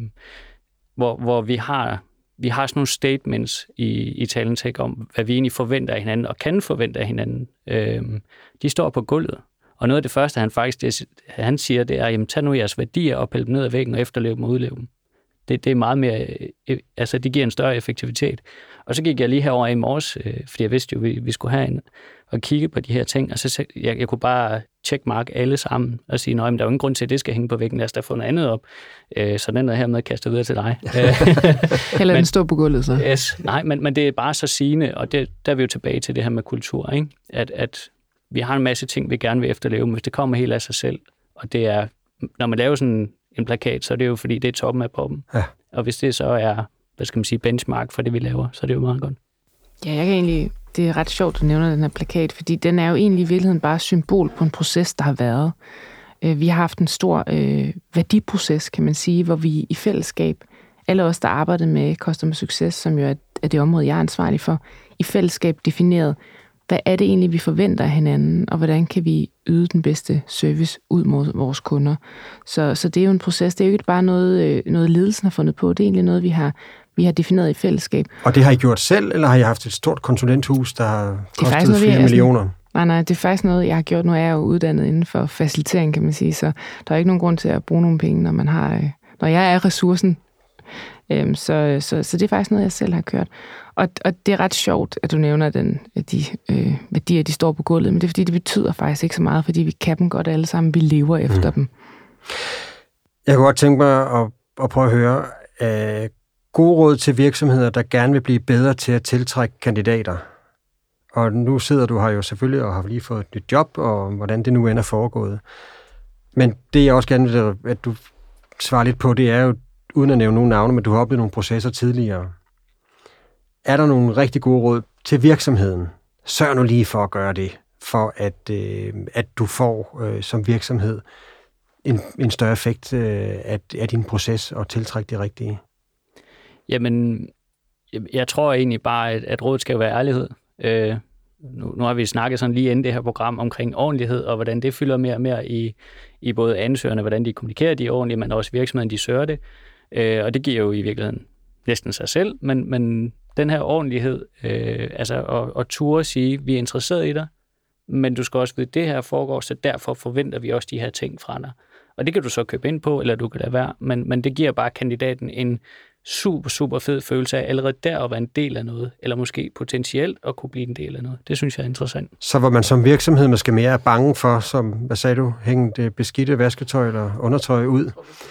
hvor vi har sådan nogle statements i Talentech om, hvad vi egentlig forventer af hinanden, og kan forvente af hinanden. De står på gulvet. Og noget af det første, han siger, det er, jamen tag nu jeres værdier og pille dem ned ad væggen og efterleve dem og udleve dem. Det er meget mere, altså det giver en større effektivitet. Og så gik jeg lige herover i morges, fordi jeg vidste jo, vi skulle have og kigge på de her ting, og så jeg kunne bare checkmark alle sammen og sige, nej, men der er jo ingen grund til, at det skal hænge på væggen, lad os da få noget andet op. Så den er hermed kastet videre til dig. Eller den står på gulvet så. Yes, nej, men det er bare så sigende, og der er vi jo tilbage til det her med kultur, ikke? At vi har en masse ting, vi gerne vil efterleve, men hvis det kommer helt af sig selv, og det er, når man laver sådan en plakat, så er det jo fordi, det er toppen af poppen. Ja. Og hvis det så er, hvad skal man sige, benchmark for det, vi laver, så er det jo meget godt. Ja, jeg kan egentlig, det er ret sjovt, at du nævner den her plakat, fordi den er jo egentlig i virkeligheden bare et symbol på en proces, der har været. Vi har haft en stor værdiproces, kan man sige, hvor vi i fællesskab, alle os, der arbejder med Customer Success, som jo er det område, jeg er ansvarlig for, i fællesskab defineret, hvad er det egentlig, vi forventer af hinanden, og hvordan kan vi yde den bedste service ud mod vores kunder. Så det er jo en proces. Det er jo ikke bare noget ledelsen har fundet på. Det er egentlig noget, vi har defineret i fællesskab. Og det har I gjort selv, eller har I haft et stort konsulenthus, der har kostet flere millioner? Nej, det er faktisk noget, jeg har gjort. Nu er jeg jo uddannet inden for facilitering, kan man sige, så der er ikke nogen grund til at bruge nogle penge, når jeg er ressourcen. Så det er faktisk noget, jeg selv har kørt. Og det er ret sjovt, at du nævner de værdier, de står på gulvet, men det er fordi, det betyder faktisk ikke så meget, fordi vi kan dem godt alle sammen, vi lever efter dem. Jeg kunne godt tænke mig at prøve at høre gode råd til virksomheder, der gerne vil blive bedre til at tiltrække kandidater. Og nu sidder du her jo selvfølgelig og har lige fået et nyt job, og hvordan det nu end er foregået. Men det jeg også gerne vil, at du svarer lidt på, det er jo, uden at nævne nogle navne, men du har oplevet nogle processer tidligere. Er der nogle rigtig gode råd til virksomheden? Sørg nu lige for at gøre det, for at du får som virksomhed en større effekt af din proces og tiltrække de rigtige. Jamen, Jeg tror egentlig bare, at rådet skal være ærlighed. Nu har vi snakket sådan lige inden det her program omkring ordentlighed, og hvordan det fylder mere og mere i både ansøgerne, hvordan de kommunikerer de ordentligt, men også virksomheden, de søger det. Og det giver jo i virkeligheden næsten sig selv, men den her ordentlighed, at ture sige, vi er interesseret i dig, men du skal også vide, at det her foregår, så derfor forventer vi også de her ting fra dig. Og det kan du så købe ind på, eller du kan lade være, men det giver bare kandidaten en super, super fed følelse af allerede der at være en del af noget, eller måske potentielt at kunne blive en del af noget. Det synes jeg er interessant. Så hvor man som virksomhed måske mere er bange for, som, hvad sagde du, hænge det beskidte vasketøj eller undertøj ud.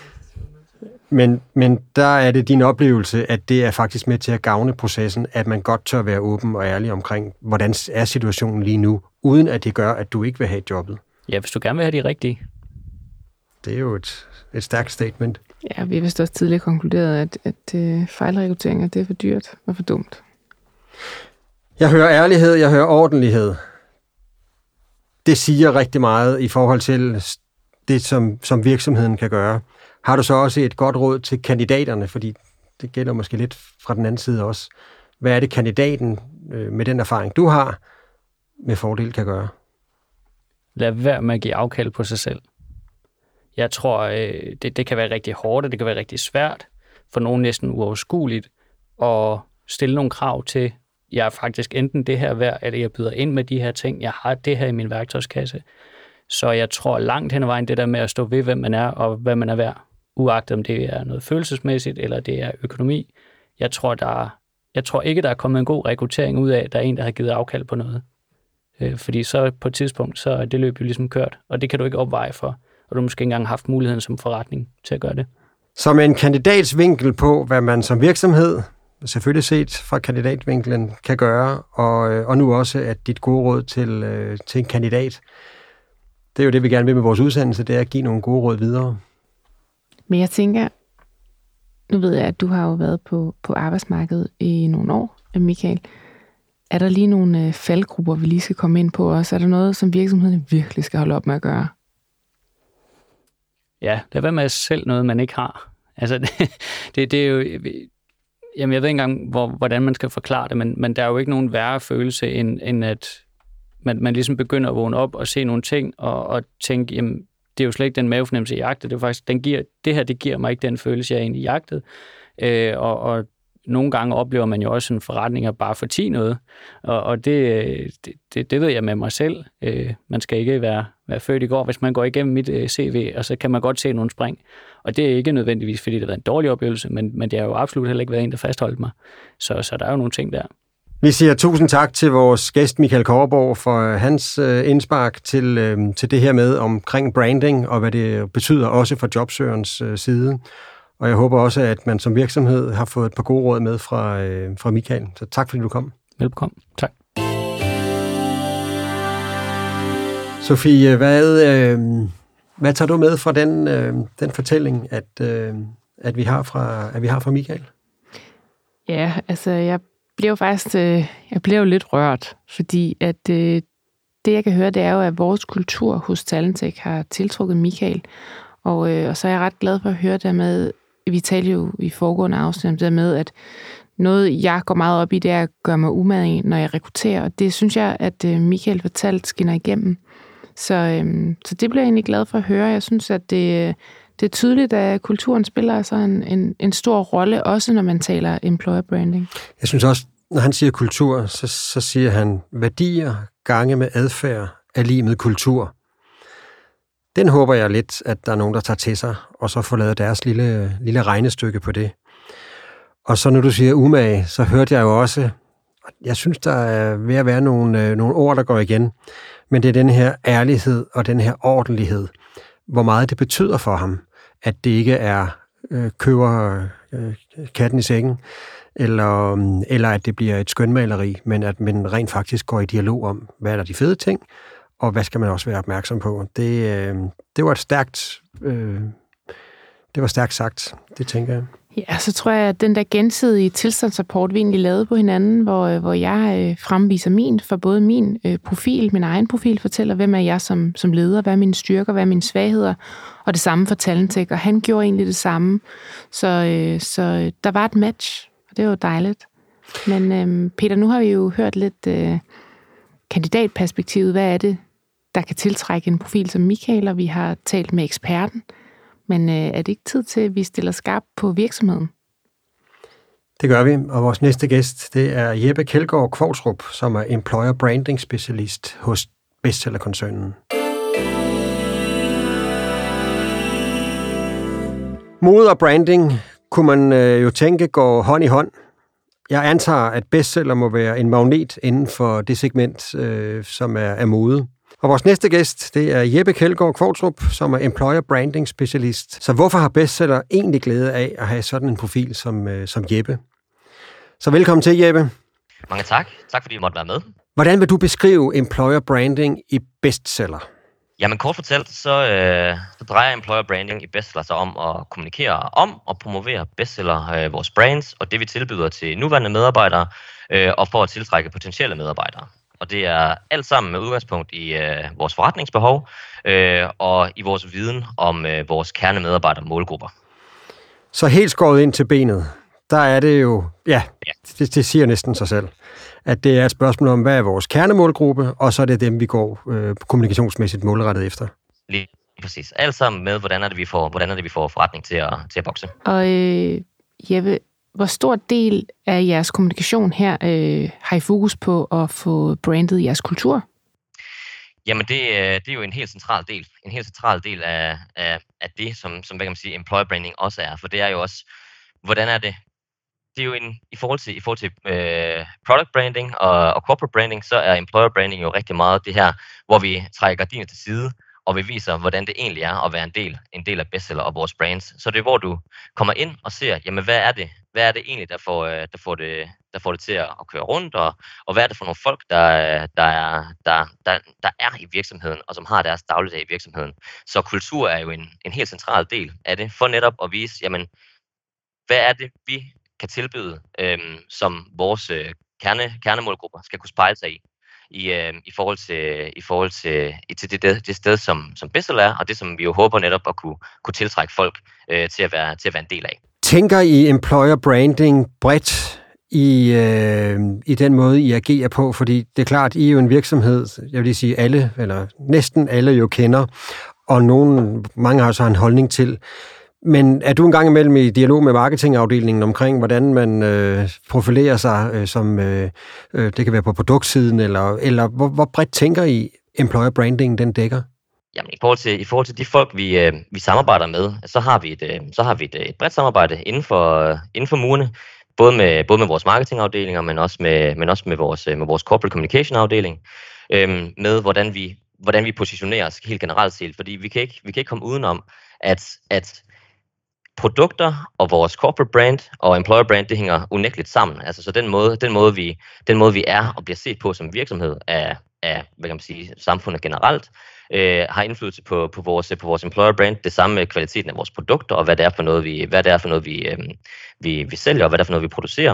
Men der er det din oplevelse, at det er faktisk med til at gavne processen, at man godt tør være åben og ærlig omkring, hvordan er situationen lige nu, uden at det gør, at du ikke vil have jobbet. Ja, hvis du gerne vil have de rigtige. Det er jo et stærkt statement. Ja, vi har vist også tidligere konkluderet, at fejlrekruteringer, det er for dyrt og for dumt. Jeg hører ærlighed, jeg hører ordentlighed. Det siger rigtig meget i forhold til det, som virksomheden kan gøre. Har du så også et godt råd til kandidaterne, fordi det gælder måske lidt fra den anden side også. Hvad er det kandidaten med den erfaring, du har, med fordel kan gøre? Lad være med at give afkald på sig selv. Jeg tror, det kan være rigtig hårdt, og det kan være rigtig svært, for nogen næsten uoverskueligt, at stille nogle krav til, jeg er faktisk enten det her værd, eller jeg byder ind med de her ting, jeg har det her i min værktøjskasse. Så jeg tror langt hen ad vejen, det der med at stå ved, hvem man er, og hvad man er værd, uagtet om det er noget følelsesmæssigt, eller det er økonomi. Jeg tror ikke, der er kommet en god rekruttering ud af, at der er en, der har givet afkald på noget. Fordi så på et tidspunkt, så er det løb jo ligesom kørt, og det kan du ikke opveje for. Og du har måske ikke engang haft muligheden som forretning til at gøre det. Som en kandidats vinkel på, hvad man som virksomhed, selvfølgelig set fra kandidatvinklen, kan gøre, og nu også, at dit gode råd til en kandidat, det er jo det, vi gerne vil med vores udsendelse, det er at give nogle gode råd videre. Men jeg tænker, nu ved jeg, at du har jo været på arbejdsmarkedet i nogle år, Michael. Er der lige nogle faldgrupper, vi lige skal komme ind på også? Er der noget, som virksomhederne virkelig skal holde op med at gøre? Ja, lad være med at sælge noget, man ikke har. Altså, det er jo... Jamen, jeg ved ikke engang, hvordan man skal forklare det, men der er jo ikke nogen værre følelse, end at man ligesom begynder at vågne op og se nogle ting, og tænke, jamen, det er jo slet ikke den mavefornemmelse, jeg jagtede. Det er faktisk, det giver mig ikke den følelse, jeg egentlig jagtede. Og nogle gange oplever man jo også en forretning at bare fortie noget, og det ved jeg med mig selv. Man skal ikke være født i går, hvis man går igennem mit CV, og så kan man godt se nogle spring. Og det er ikke nødvendigvis, fordi det har været en dårlig oplevelse, men det har jo absolut heller ikke været en, der fastholdt mig. Så der er jo nogle ting der. Vi siger tusind tak til vores gæst Michael Kobberborg for hans indspark til det her med omkring branding, og hvad det betyder også for jobsøgerens side. Og jeg håber også, at man som virksomhed har fået et par gode råd med fra Michael. Så tak fordi du kom. Velbekomme. Tak. Sofie, hvad tager du med fra den fortælling, at vi har fra Michael? Ja, altså jeg blev lidt rørt, fordi at det jeg kan høre, det er jo, at vores kultur hos Talentech har tiltrukket Michael. Og så er jeg ret glad for at høre det med, vi talte jo i foregående afsnit om det med, at noget, jeg går meget op i, det er at gøre mig umage, når jeg rekrutterer. Og det synes jeg, at Michael fortalt skinner igennem. Så det bliver jeg egentlig glad for at høre. Jeg synes, at det er tydeligt, at kulturen spiller altså en stor rolle, også når man taler employer branding. Jeg synes også, når han siger kultur, så siger han, værdier gange med adfærd er lige med kultur. Den håber jeg lidt, at der er nogen, der tager til sig, og så får lavet deres lille regnestykke på det. Og så når du siger umage, så hørte jeg jo også, jeg synes, der er ved at være nogle ord, der går igen, men det er den her ærlighed og den her ordentlighed, hvor meget det betyder for ham, at det ikke er køber katten i sækken, eller at det bliver et skønmaleri, men at man rent faktisk går i dialog om, hvad er der de fede ting, og hvad skal man også være opmærksom på. Det var stærkt sagt, det tænker jeg. Ja, så tror jeg, at den der gensidige tilstandsrapport, vi egentlig lavede på hinanden, hvor jeg fremviser både min profil, min egen profil, fortæller, hvem er jeg som leder, hvad er mine styrker, hvad er mine svagheder, og det samme for Talentech, og han gjorde egentlig det samme. Så der var et match, og det var jo dejligt. Men Peter, nu har vi jo hørt lidt kandidatperspektivet. Hvad er det, der kan tiltrække en profil som Michael, og vi har talt med eksperten. Men er det ikke tid til, at vi stiller skarp på virksomheden? Det gør vi, og vores næste gæst, det er Jeppe Kjeldgaard Kvorsrup, som er Employer Branding Specialist hos Bestseller-koncernen. Mode og branding kunne man jo tænke går hånd i hånd. Jeg antager, at bestseller må være en magnet inden for det segment, som er mode. Og vores næste gæst, det er Jeppe Kjeldgaard Kvorsrup, som er Employer Branding Specialist. Så hvorfor har bestseller egentlig glæde af at have sådan en profil som Jeppe? Så velkommen til, Jeppe. Mange tak. Tak fordi I måtte være med. Hvordan vil du beskrive Employer Branding i bestseller? Jamen kort fortalt, så drejer Employer Branding i bestseller sig om at kommunikere om og promovere bestseller, vores brands og det vi tilbyder til nuværende medarbejdere og for at tiltrække potentielle medarbejdere. Og det er alt sammen med udgangspunkt i vores forretningsbehov og i vores viden om vores kernemedarbejdere målgrupper. Så helt skåret ind til benet, der er det jo, det siger næsten sig selv, at det er et spørgsmål om, hvad er vores kernemålgruppe, og så er det dem, vi går kommunikationsmæssigt målrettet efter. Lige præcis. Alt sammen med, hvordan er det, vi får forretning til at vokse. Og Jeppe, hvor stor del af jeres kommunikation her har I fokus på at få brandet jeres kultur? Jamen det er jo en helt central del. En helt central del af det, som hvad kan man sige, employer branding også er. For det er jo også, hvordan er det? Det er jo i forhold til product branding og corporate branding, så er employer branding jo rigtig meget det her, hvor vi trækker gardiner til side, og vi viser, hvordan det egentlig er at være en del af bestseller og vores brands. Så det er, hvor du kommer ind og ser, jamen hvad er det egentlig, der får det til at køre rundt, og hvad er det for nogle folk, der er i virksomheden, og som har deres dagligdag i virksomheden. Så kultur er jo en helt central del af det, for netop at vise, jamen hvad er det, vi kan tilbyde, som vores kernemålgrupper skal kunne spejle sig i forhold til det sted, som bestseller er, og det, som vi jo håber netop at kunne tiltrække folk til at være en del af. Tænker I employer branding bredt i den måde, I agerer på? Fordi det er klart, I er jo en virksomhed, jeg vil lige sige alle, eller næsten alle jo kender, og mange har så en holdning til. Men er du en gang imellem i dialog med marketingafdelingen omkring, hvordan man profilerer sig, som det kan være på produktsiden, eller hvor bredt tænker I employer branding, den dækker? Jamen, i forhold til de folk, vi samarbejder med, så har vi et bredt samarbejde inden for murene, både med vores marketingafdelinger, men også med vores corporate communication afdeling, med hvordan vi positionerer os helt generelt set, fordi vi kan ikke komme udenom, at produkter og vores corporate brand og employer brand, det hænger unægteligt sammen. Altså så den måde vi er og bliver set på som virksomhed af hvad kan man sige, samfundet generelt, har indflydelse på vores employer brand. Det samme med kvaliteten af vores produkter og hvad det er for noget vi sælger og hvad det er for noget vi producerer.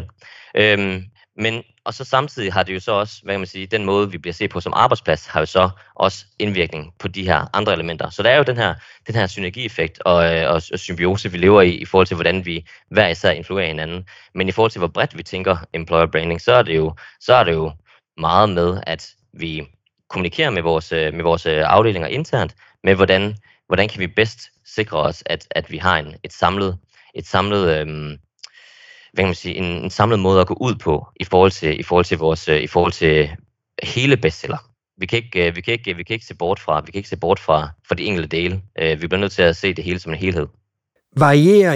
Men og så samtidig har det jo så også, hvad kan man sige, den måde vi bliver set på som arbejdsplads, har jo så også indvirkning på de her andre elementer. Så der er jo den her synergieffekt og symbiose, vi lever i forhold til, hvordan vi hver især influerer hinanden. Men i forhold til, hvor bredt vi tænker employer branding, så er det jo meget med, at vi kommunikerer med vores afdelinger internt, med hvordan kan vi bedst sikre os, at vi har et samlet hvad kan man sige, en samlet måde at gå ud på i forhold til hele bestseller. Vi kan ikke se bort fra de enkelte dele. Vi bliver nødt til at se det hele som en helhed. Varierer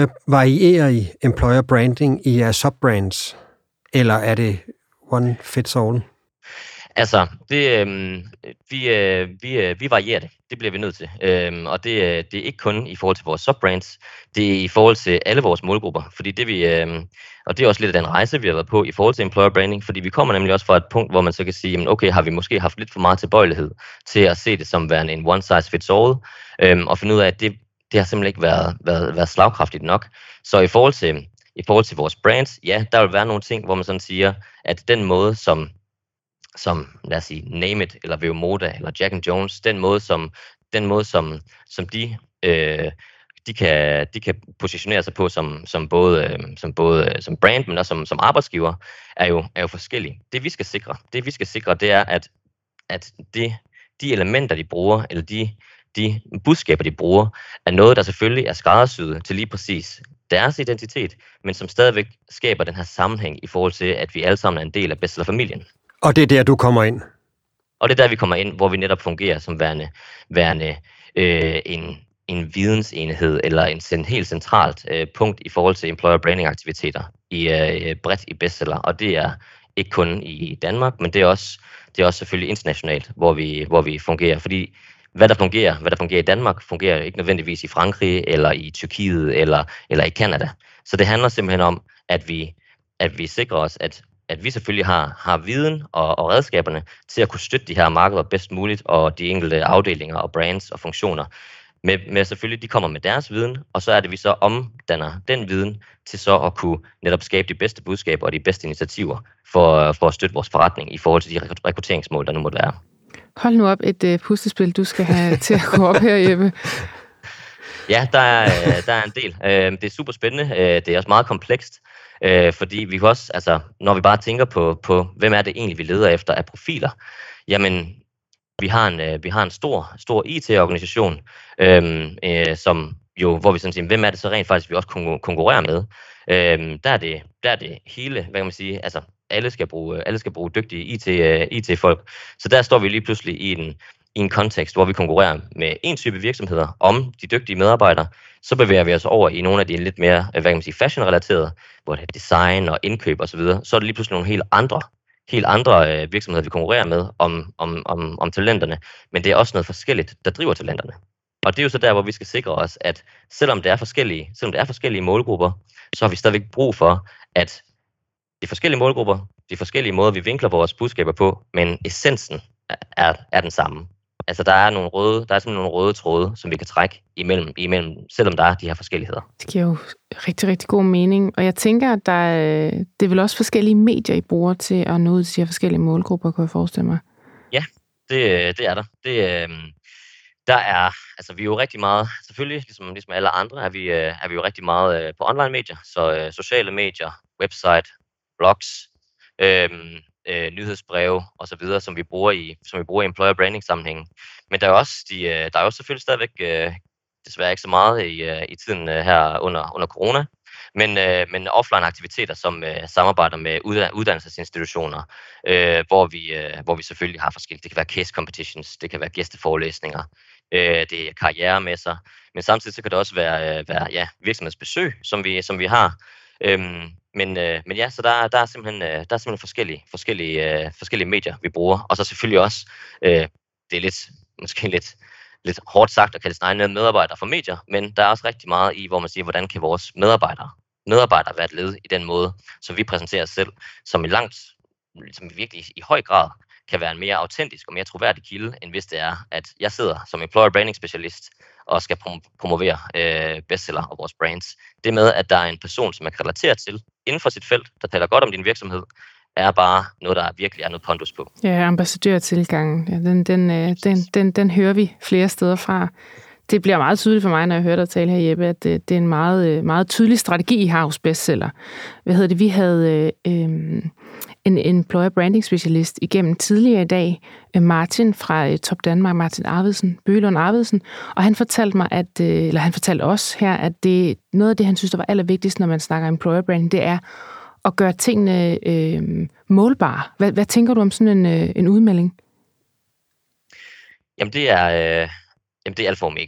I employer branding i jeres subbrands, eller er det one fits all? Altså, vi varierer det. Det bliver vi nødt til. Og det er ikke kun i forhold til vores subbrands, det er i forhold til alle vores målgrupper. Fordi og det er også lidt af den rejse, vi har været på i forhold til employer branding, fordi vi kommer nemlig også fra et punkt, hvor man så kan sige, jamen okay, har vi måske haft lidt for meget tilbøjelighed til at se det som værende en one size fits all, og finde ud af, at det har simpelthen ikke været slagkraftigt nok. Så i forhold til vores brands, ja, der vil være nogle ting, hvor man sådan siger, at den måde, som lad os sige, Name It, eller Veomoda, eller Jack & Jones, den måde, som de de kan positionere sig på som både som brand, men også som arbejdsgiver, er jo forskellige. Det vi skal sikre, det er, at de elementer, de bruger, eller de budskaber, de bruger, er noget, der selvfølgelig er skræddersyet til lige præcis deres identitet, men som stadigvæk skaber den her sammenhæng i forhold til, at vi alle sammen er en del af bestsellerfamilien. Og det er der, du kommer ind? Og det er der, vi kommer ind, hvor vi netop fungerer som værende en vidensenhed, eller en helt centralt punkt i forhold til employer branding aktiviteter bredt i bestseller. Og det er ikke kun i Danmark, men det er også selvfølgelig internationalt, hvor vi fungerer. Fordi hvad der fungerer i Danmark, fungerer ikke nødvendigvis i Frankrig, eller i Tyrkiet, eller i Canada. Så det handler simpelthen om, at vi sikrer os, at vi selvfølgelig har viden og redskaberne til at kunne støtte de her markeder bedst muligt, og de enkelte afdelinger og brands og funktioner. Men selvfølgelig, de kommer med deres viden, og så er det, vi så omdanner den viden til så at kunne netop skabe de bedste budskaber og de bedste initiativer for at støtte vores forretning i forhold til de rekruteringsmål, der nu måtte være. Hold nu op et puslespil, du skal have til at gå op her, Jeppe. Ja, der er en del. Det er super spændende. Det er også meget komplekst, fordi vi kan også, altså, når vi bare tænker på hvem er det egentlig, vi leder efter af profiler, jamen, vi har en stor IT-organisation, som jo, hvor vi sådan siger, hvem er det så rent faktisk, vi også konkurrerer med? Der er det hele, hvad kan man sige, altså alle skal bruge dygtige IT-folk. Så der står vi lige pludselig i en kontekst, hvor vi konkurrerer med en type virksomheder om de dygtige medarbejdere. Så bevæger vi os over i nogle af de lidt mere, hvad kan man sige, fashion-relaterede, hvor det er design og indkøb osv. Så er det lige pludselig nogle helt andre virksomheder, vi konkurrerer med om talenterne, men det er også noget forskelligt, der driver talenterne. Og det er jo så der, hvor vi skal sikre os, at selvom det er forskellige målgrupper, så har vi stadigvæk brug for, at de forskellige målgrupper, de forskellige måder, vi vinkler vores budskaber på, men essensen er den samme. Altså der er simpelthen nogle røde tråde, som vi kan trække imellem, selvom der er de her forskelligheder. Det giver jo rigtig, rigtig god mening. Og jeg tænker, at det er vel også forskellige medier, I bruger til at nå ud til de her forskellige målgrupper, kan jeg forestille mig? Ja, det er der. Der er, altså vi er jo rigtig meget, selvfølgelig ligesom alle andre, er vi jo rigtig meget på online medier, så sociale medier, website, blogs, nyhedsbreve og så videre, som vi bruger i employer branding sammenhængen. Men der er jo selvfølgelig stadigvæk desværre ikke så meget i tiden her under corona, men offline aktiviteter, som samarbejder med uddannelsesinstitutioner, hvor vi selvfølgelig har forskellige. Det kan være case competitions, det kan være gæsteforelæsninger, det er karrieremesser, men samtidig så kan det også være virksomhedsbesøg, som vi har. Men ja, så der er simpelthen forskellige medier, vi bruger, og så selvfølgelig også, det er måske lidt hårdt sagt at kalde sin egen medarbejdere for medier, men der er også rigtig meget i, hvor man siger, hvordan kan vores medarbejdere være et led i den måde, som vi præsenterer os selv, som virkelig i høj grad kan være en mere autentisk og mere troværdig kilde, end hvis det er, at jeg sidder som employer branding specialist og skal promovere bestseller og vores brands. Det med, at der er en person, som er relateret til inden for sit felt, der taler godt om din virksomhed, er bare noget, der virkelig er noget pondus på. Ja, ambassadørtilgangen, den hører vi flere steder fra. Det bliver meget tydeligt for mig, når jeg hører dig tale her, Jeppe, at det er en meget, meget tydelig strategi, I har hos bestseller. Vi havde en employer branding specialist igennem tidligere i dag, Martin fra Top Danmark, Martin Bøgelund Arvidsen, og han fortalte mig, han fortalte os her, at det noget af det, han synes, der var allervigtigst, når man snakker employer branding, det er at gøre tingene målbare. Hvad tænker du om sådan en udmelding? Jamen det er alfa og omega.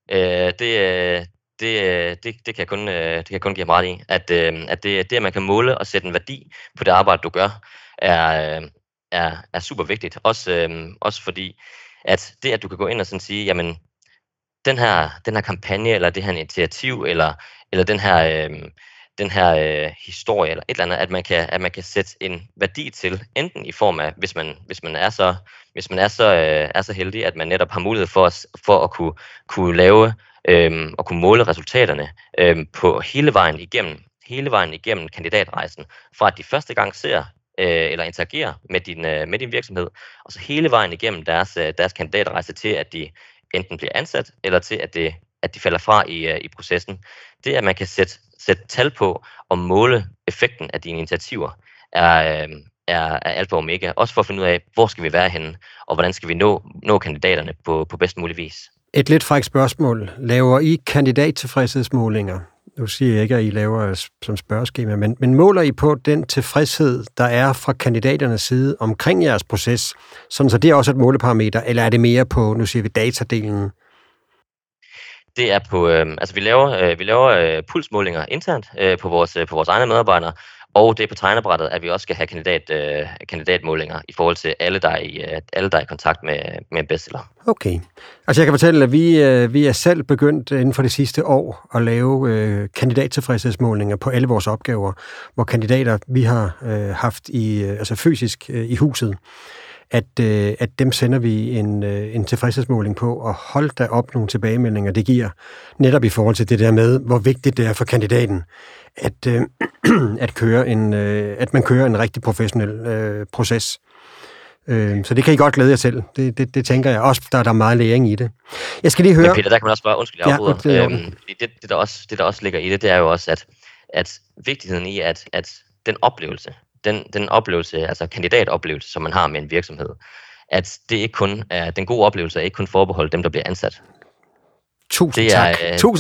Det kan jeg kun give mig ret i, at det, at man kan måle og sætte en værdi på det arbejde, du gør, er super vigtigt. Også fordi, at det, at du kan gå ind og sådan sige, jamen, den her kampagne, eller det her initiativ, eller den her historie, eller et eller andet, at man kan sætte en værdi til, enten i form af, hvis man er så heldig, at man netop har mulighed for at kunne lave og kunne måle resultaterne på hele vejen igennem kandidatrejsen, fra at de første gang ser eller interagerer med din virksomhed, og så hele vejen igennem deres kandidatrejse til, at de enten bliver ansat, eller til, at det at de falder fra i processen, det er, at man kan sætte tal på og måle effekten af dine initiativer, er alfa og omega. Også for at finde ud af, hvor skal vi være henne, og hvordan skal vi nå kandidaterne på bedst mulig vis. Et lidt frækt spørgsmål. Laver I kandidattilfredshedsmålinger? Nu siger jeg ikke, at I laver som spørgeskema, men måler I på den tilfredshed, der er fra kandidaternes side omkring jeres proces, sådan så det er også et måleparameter, eller er det mere på, nu siger vi, datadelen? Det er på, vi laver pulsmålinger internt på vores egne medarbejdere, og det er på tegnebrættet, at vi også skal have kandidatmålinger i forhold til alle, der er i kontakt med en bestseller. Okay. Altså jeg kan fortælle, at vi er selv begyndt inden for det sidste år at lave kandidattilfredshedsmålinger på alle vores opgaver, hvor kandidater vi har haft fysisk i huset, at dem sender vi en tilfredshedsmåling på, og hold da op nogle tilbagemeldinger, det giver netop i forhold til det der med, hvor vigtigt det er for kandidaten, at man kører en rigtig professionel proces. Så det kan I godt glæde jer selv. Det tænker jeg også, der er meget læring i det. Jeg skal lige høre... Men Peter, der kan man også bare, undskyld, jeg afbryder. Det der også ligger i det er jo også, at vigtigheden i, at den oplevelse, den oplevelse, altså kandidatoplevelse, som man har med en virksomhed, at det ikke kun er, den gode oplevelse er ikke kun forbeholdt dem, der bliver ansat. Tusind tak.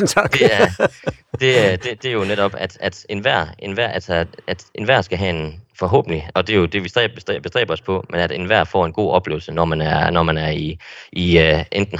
Det er jo netop, at enhver skal have en forhåbentlig, og det er jo det, vi bestræber os på, men at enhver får en god oplevelse, når man er enten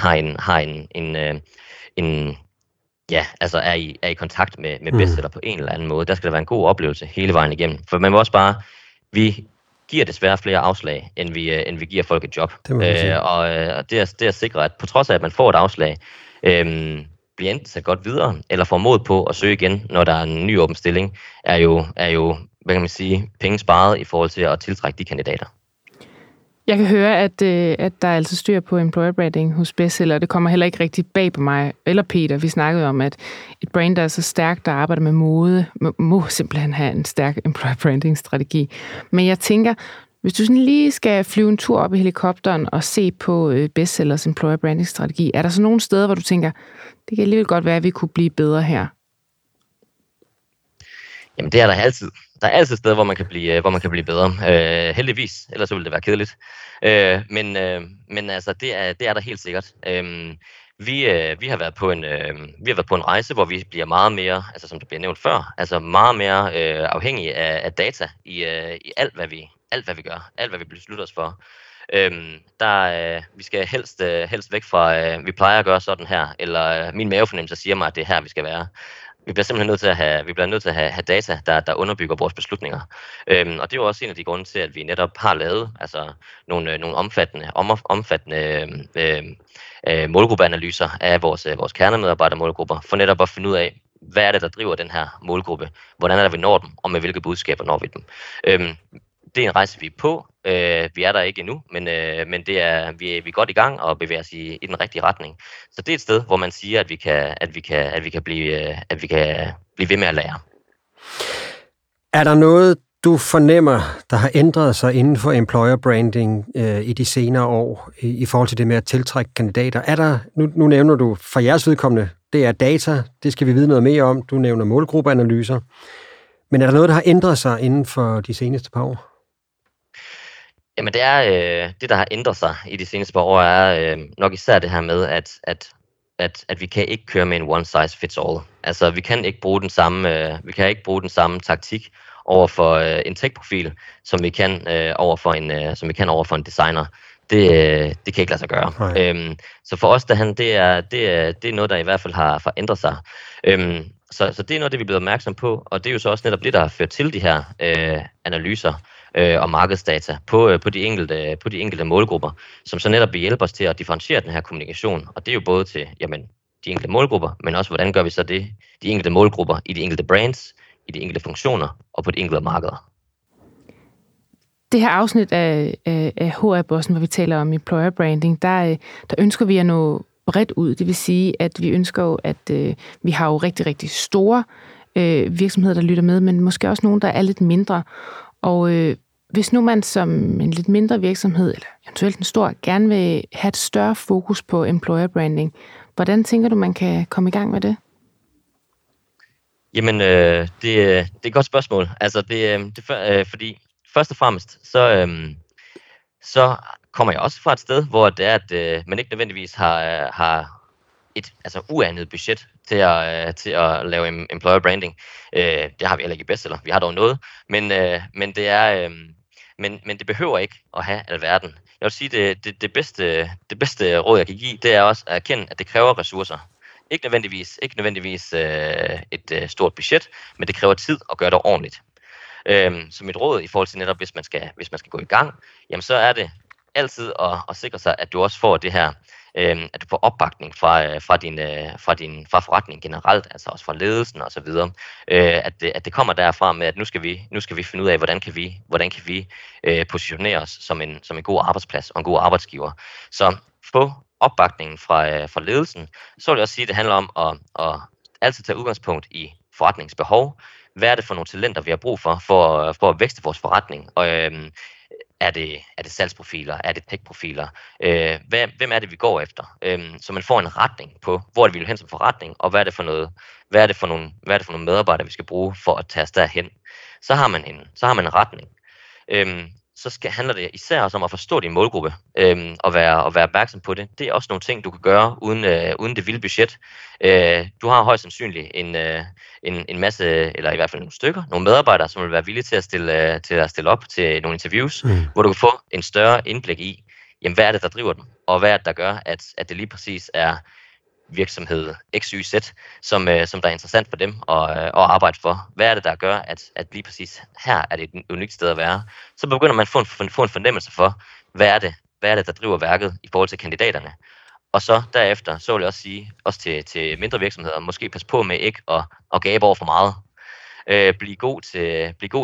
er i kontakt med bestseller på en eller anden måde. Der skal der være en god oplevelse hele vejen igennem. For man må også bare, vi giver desværre flere afslag, end vi giver folk et job. Og det at sikre, at på trods af, at man får et afslag, bliver enten sat godt videre, eller får mod på at søge igen, når der er en ny åben stilling, er jo, hvad kan man sige, penge sparet i forhold til at tiltrække de kandidater. Jeg kan høre, at der er altså styr på employer branding hos bestseller, og det kommer heller ikke rigtig bag på mig eller Peter. Vi snakkede om, at et brand, der er så stærkt, der arbejder med mode, må simpelthen have en stærk employer branding strategi. Men jeg tænker, hvis du sådan lige skal flyve en tur op i helikopteren og se på bestsellers employer branding strategi, er der så nogle steder, hvor du tænker, det kan alligevel godt være, at vi kunne blive bedre her? Jamen det er der altid. Der er altid steder, hvor man kan blive bedre. Heldigvis, ellers så ville det være kedeligt. Men altså, det er der helt sikkert. Vi har været på en rejse, hvor vi bliver meget mere, altså som det bliver nævnt før, altså meget mere afhængige af data i alt hvad vi gør, alt hvad vi beslutter os for. Vi skal helst væk fra, vi plejer at gøre sådan her, eller min mavefornemmelse siger mig, at det er her, vi skal være. Vi bliver simpelthen nødt til at have data, der underbygger vores beslutninger. Og det er jo også en af de grunde til, at vi netop har lavet nogle omfattende målgruppeanalyser af vores kernemedarbejdermålgrupper, for netop at finde ud af, hvad er det, der driver den her målgruppe? Hvordan er det, vi når dem? Og med hvilke budskaber når vi dem? Det er en rejse, vi er på. Vi er der ikke endnu, men vi er godt i gang og bevæger os i den rigtige retning. Så det er et sted, hvor man siger, at vi kan blive ved med at lære. Er der noget, du fornemmer, der har ændret sig inden for employer branding i de senere år i forhold til det med at tiltrække kandidater? Er der, nu nævner du for jeres vedkommende, det er data, det skal vi vide noget mere om. Du nævner målgruppeanalyser. Men er der noget, der har ændret sig inden for de seneste par år? Jamen det er det, der har ændret sig i de seneste par år, er nok især det her med, at vi kan ikke køre med en one size fits all. Altså vi kan ikke bruge den samme taktik over for en tech-profil, som vi kan over for en designer. Det kan ikke lade sig gøre. Så for os, det er noget, der i hvert fald har ændret sig. Så det er noget, det vi er blevet opmærksom på, og det er jo så også netop det, der har ført til de her analyser og markedsdata på de enkelte målgrupper, som så netop vil hjælpe os til at differentiere den her kommunikation. Og det er jo både til de enkelte målgrupper, men også hvordan gør vi så det, de enkelte målgrupper i de enkelte brands, i de enkelte funktioner og på de enkelte markeder. Det her afsnit af HR-bossen, hvor vi taler om employer branding, der ønsker vi at nå bredt ud. Det vil sige, at vi ønsker jo, at vi har jo rigtig, rigtig store virksomheder, der lytter med, men måske også nogle, der er lidt mindre. Og hvis nu man som en lidt mindre virksomhed, eller eventuelt en stor, gerne vil have et større fokus på employer branding, Hvordan tænker du, man kan komme i gang med det? Jamen, det er et godt spørgsmål. Altså, fordi først og fremmest, så kommer jeg også fra et sted, hvor det er, at man ikke nødvendigvis har et uanet budget til at lave employer branding. Det har vi heller ikke i bestseller. Vi har dog noget, men det behøver ikke at have alverden. Jeg vil sige, det bedste råd, jeg kan give, det er også at erkende, at det kræver ressourcer. Ikke nødvendigvis et stort budget, men det kræver tid at gøre det ordentligt. Så mit råd i forhold til netop, hvis man skal gå i gang, jamen så er det altid at sikre sig, at du også får det her, at du får opbakning fra forretningen generelt, altså også fra ledelsen og så videre, at det kommer derfra med, at nu skal vi finde ud af, hvordan kan vi positionere os som en god arbejdsplads og en god arbejdsgiver. Så få opbakningen fra ledelsen. Så vil jeg også sige, at det handler om at altid tage udgangspunkt i forretningsbehov. Hvad er det for nogle talenter, vi har brug for at vækste vores forretning? Og er det salgsprofiler? Er det tech-profiler? Hvem er det, vi går efter? Så man får en retning på, hvor vi vil hen som forretning, og hvad er det for nogle medarbejdere, vi skal bruge for at tage os derhen. Så har man en retning. Så handler det især også om at forstå din målgruppe og være opmærksom på det. Det er også nogle ting, du kan gøre uden det vilde budget. Du har højst sandsynligt en masse, eller i hvert fald nogle stykker, nogle medarbejdere, som vil være villige til at stille op til nogle interviews, hvor du kan få en større indblik i, jamen, hvad er det, der driver dem, og hvad er det, der gør, at det lige præcis er virksomhed XYZ, som der er interessant for dem at arbejde for. Hvad er det, der gør, at lige præcis her er det et unikt sted at være? Så begynder man at få en fornemmelse for, hvad er det, der driver værket i forhold til kandidaterne. Og så derefter, så vil jeg også sige, også til mindre virksomheder, måske passe på med ikke at gabe over for meget. Bliv god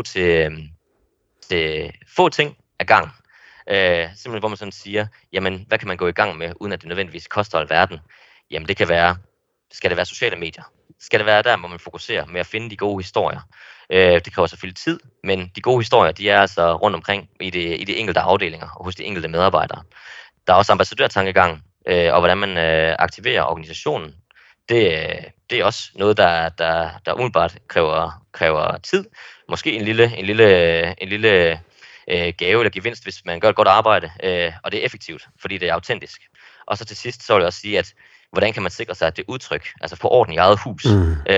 til få ting ad gang. Simpelthen hvor man sådan siger, jamen hvad kan man gå i gang med, uden at det nødvendigvis koster alverden? Jamen det kan være, skal det være sociale medier? Skal det være der, hvor man fokuserer med at finde de gode historier? Det kræver selvfølgelig tid, men de gode historier, de er altså rundt omkring i de enkelte afdelinger og hos de enkelte medarbejdere. Der er også ambassadørtankegang, og hvordan man aktiverer organisationen. Det er også noget, der umiddelbart kræver tid. Måske en lille gave eller gevinst, hvis man gør et godt arbejde, og det er effektivt, fordi det er autentisk. Og så til sidst, så vil jeg også sige, at hvordan kan man sikre sig, at det udtryk, altså få orden i eget hus,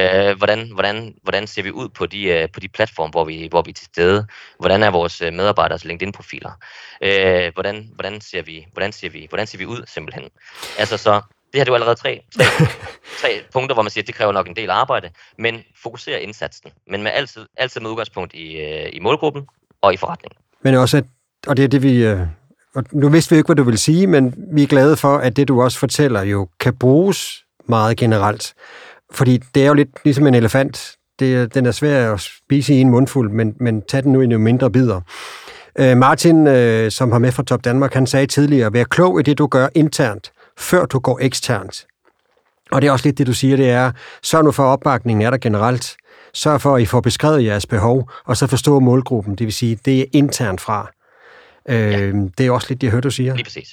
hvordan ser vi ud på de platforme, hvor vi er til stede, hvordan er vores medarbejderes LinkedIn-profiler, hvordan ser vi ud simpelthen. Altså så, det her det er jo allerede tre punkter, hvor man siger, at det kræver nok en del arbejde, men fokuser indsatsen, men med altid med udgangspunkt i målgruppen og i forretningen. Men også, og det er det vi... Og nu vidste vi ikke, hvad du vil sige, men vi er glade for, at det, du også fortæller, jo kan bruges meget generelt. Fordi det er jo lidt ligesom en elefant. Den er svær at spise i en mundfuld, men tag den nu i nogle mindre bidder. Martin, som har med fra Top Danmark, han sagde tidligere, vær klog i det, du gør internt, før du går eksternt. Og det er også lidt det, du siger, det er, sørg nu for, at opbakningen er der generelt. Sørg for, at I får beskrevet jeres behov, og så forstå målgruppen. Det vil sige, det er internt fra. Det er også lidt det, jeg hørte, du siger. Lige præcis.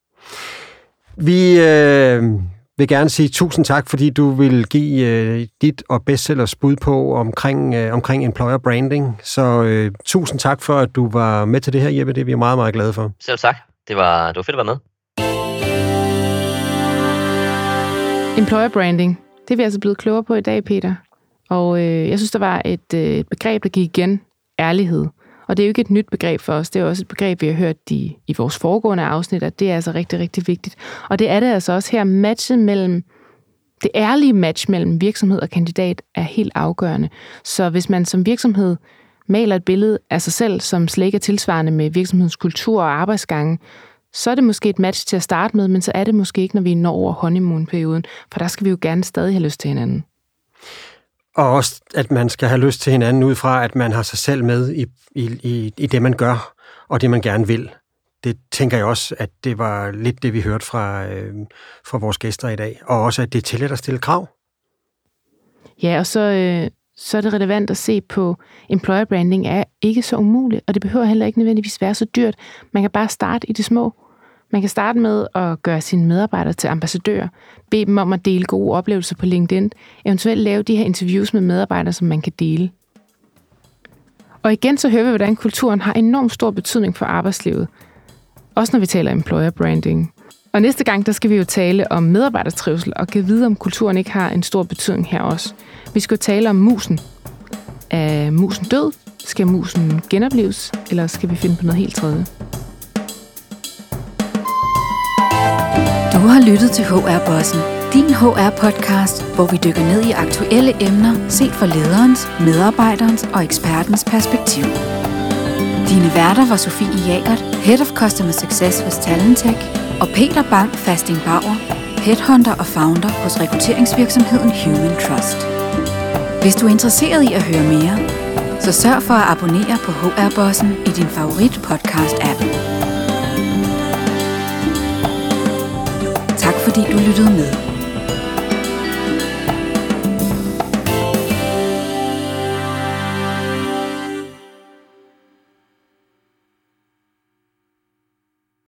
Vi vil gerne sige tusind tak, fordi du vil give dit og bestsellers bud på omkring employer branding. Så tusind tak for, at du var med til det her, Jeppe. Det er vi meget, meget glade for. Selv tak. Det var fedt at være med. Employer branding, det er vi altså blevet klogere på i dag, Peter. Og jeg synes, der var et begreb, der gik igen, ærlighed. Og det er jo ikke et nyt begreb for os, det er også et begreb, vi har hørt i vores foregående afsnit, at det er altså rigtig, rigtig vigtigt. Og det er det altså også her, det ærlige match mellem virksomhed og kandidat er helt afgørende. Så hvis man som virksomhed maler et billede af sig selv, som slet ikke er tilsvarende med virksomhedens kultur og arbejdsgange, så er det måske et match til at starte med, men så er det måske ikke, når vi når over honeymoon-perioden, for der skal vi jo gerne stadig have lyst til hinanden. Og også, at man skal have lyst til hinanden ud fra, at man har sig selv med i det, man gør, og det, man gerne vil. Det tænker jeg også, at det var lidt det, vi hørte fra vores gæster i dag. Og også, at det er tilladt at stille krav. Ja, og så er det relevant at se på, employer branding er ikke så umuligt, og det behøver heller ikke nødvendigvis være så dyrt. Man kan bare starte i det små. Man kan starte med at gøre sine medarbejdere til ambassadører, bede dem om at dele gode oplevelser på LinkedIn, eventuelt lave de her interviews med medarbejdere, som man kan dele. Og igen så hører vi, hvordan kulturen har enormt stor betydning for arbejdslivet, også når vi taler employer branding. Og næste gang, der skal vi jo tale om medarbejdertrivsel og kan vide, om kulturen ikke har en stor betydning her også. Vi skal jo tale om musen. Er musen død? Skal musen genopleves? Eller skal vi finde på noget helt tredje? Du har lyttet til HR-bossen, din HR-podcast, hvor vi dykker ned i aktuelle emner set fra lederens, medarbejderens og ekspertens perspektiv. Dine værter var Sofie Jagert, Head of Customer Success hos Talentech, og Peter Bang Fasting Bauer, Headhunter og Founder hos rekrutteringsvirksomheden Human Trust. Hvis du er interesseret i at høre mere, så sørg for at abonnere på HR-bossen i din favorit podcast-app. Tak fordi du lyttede med.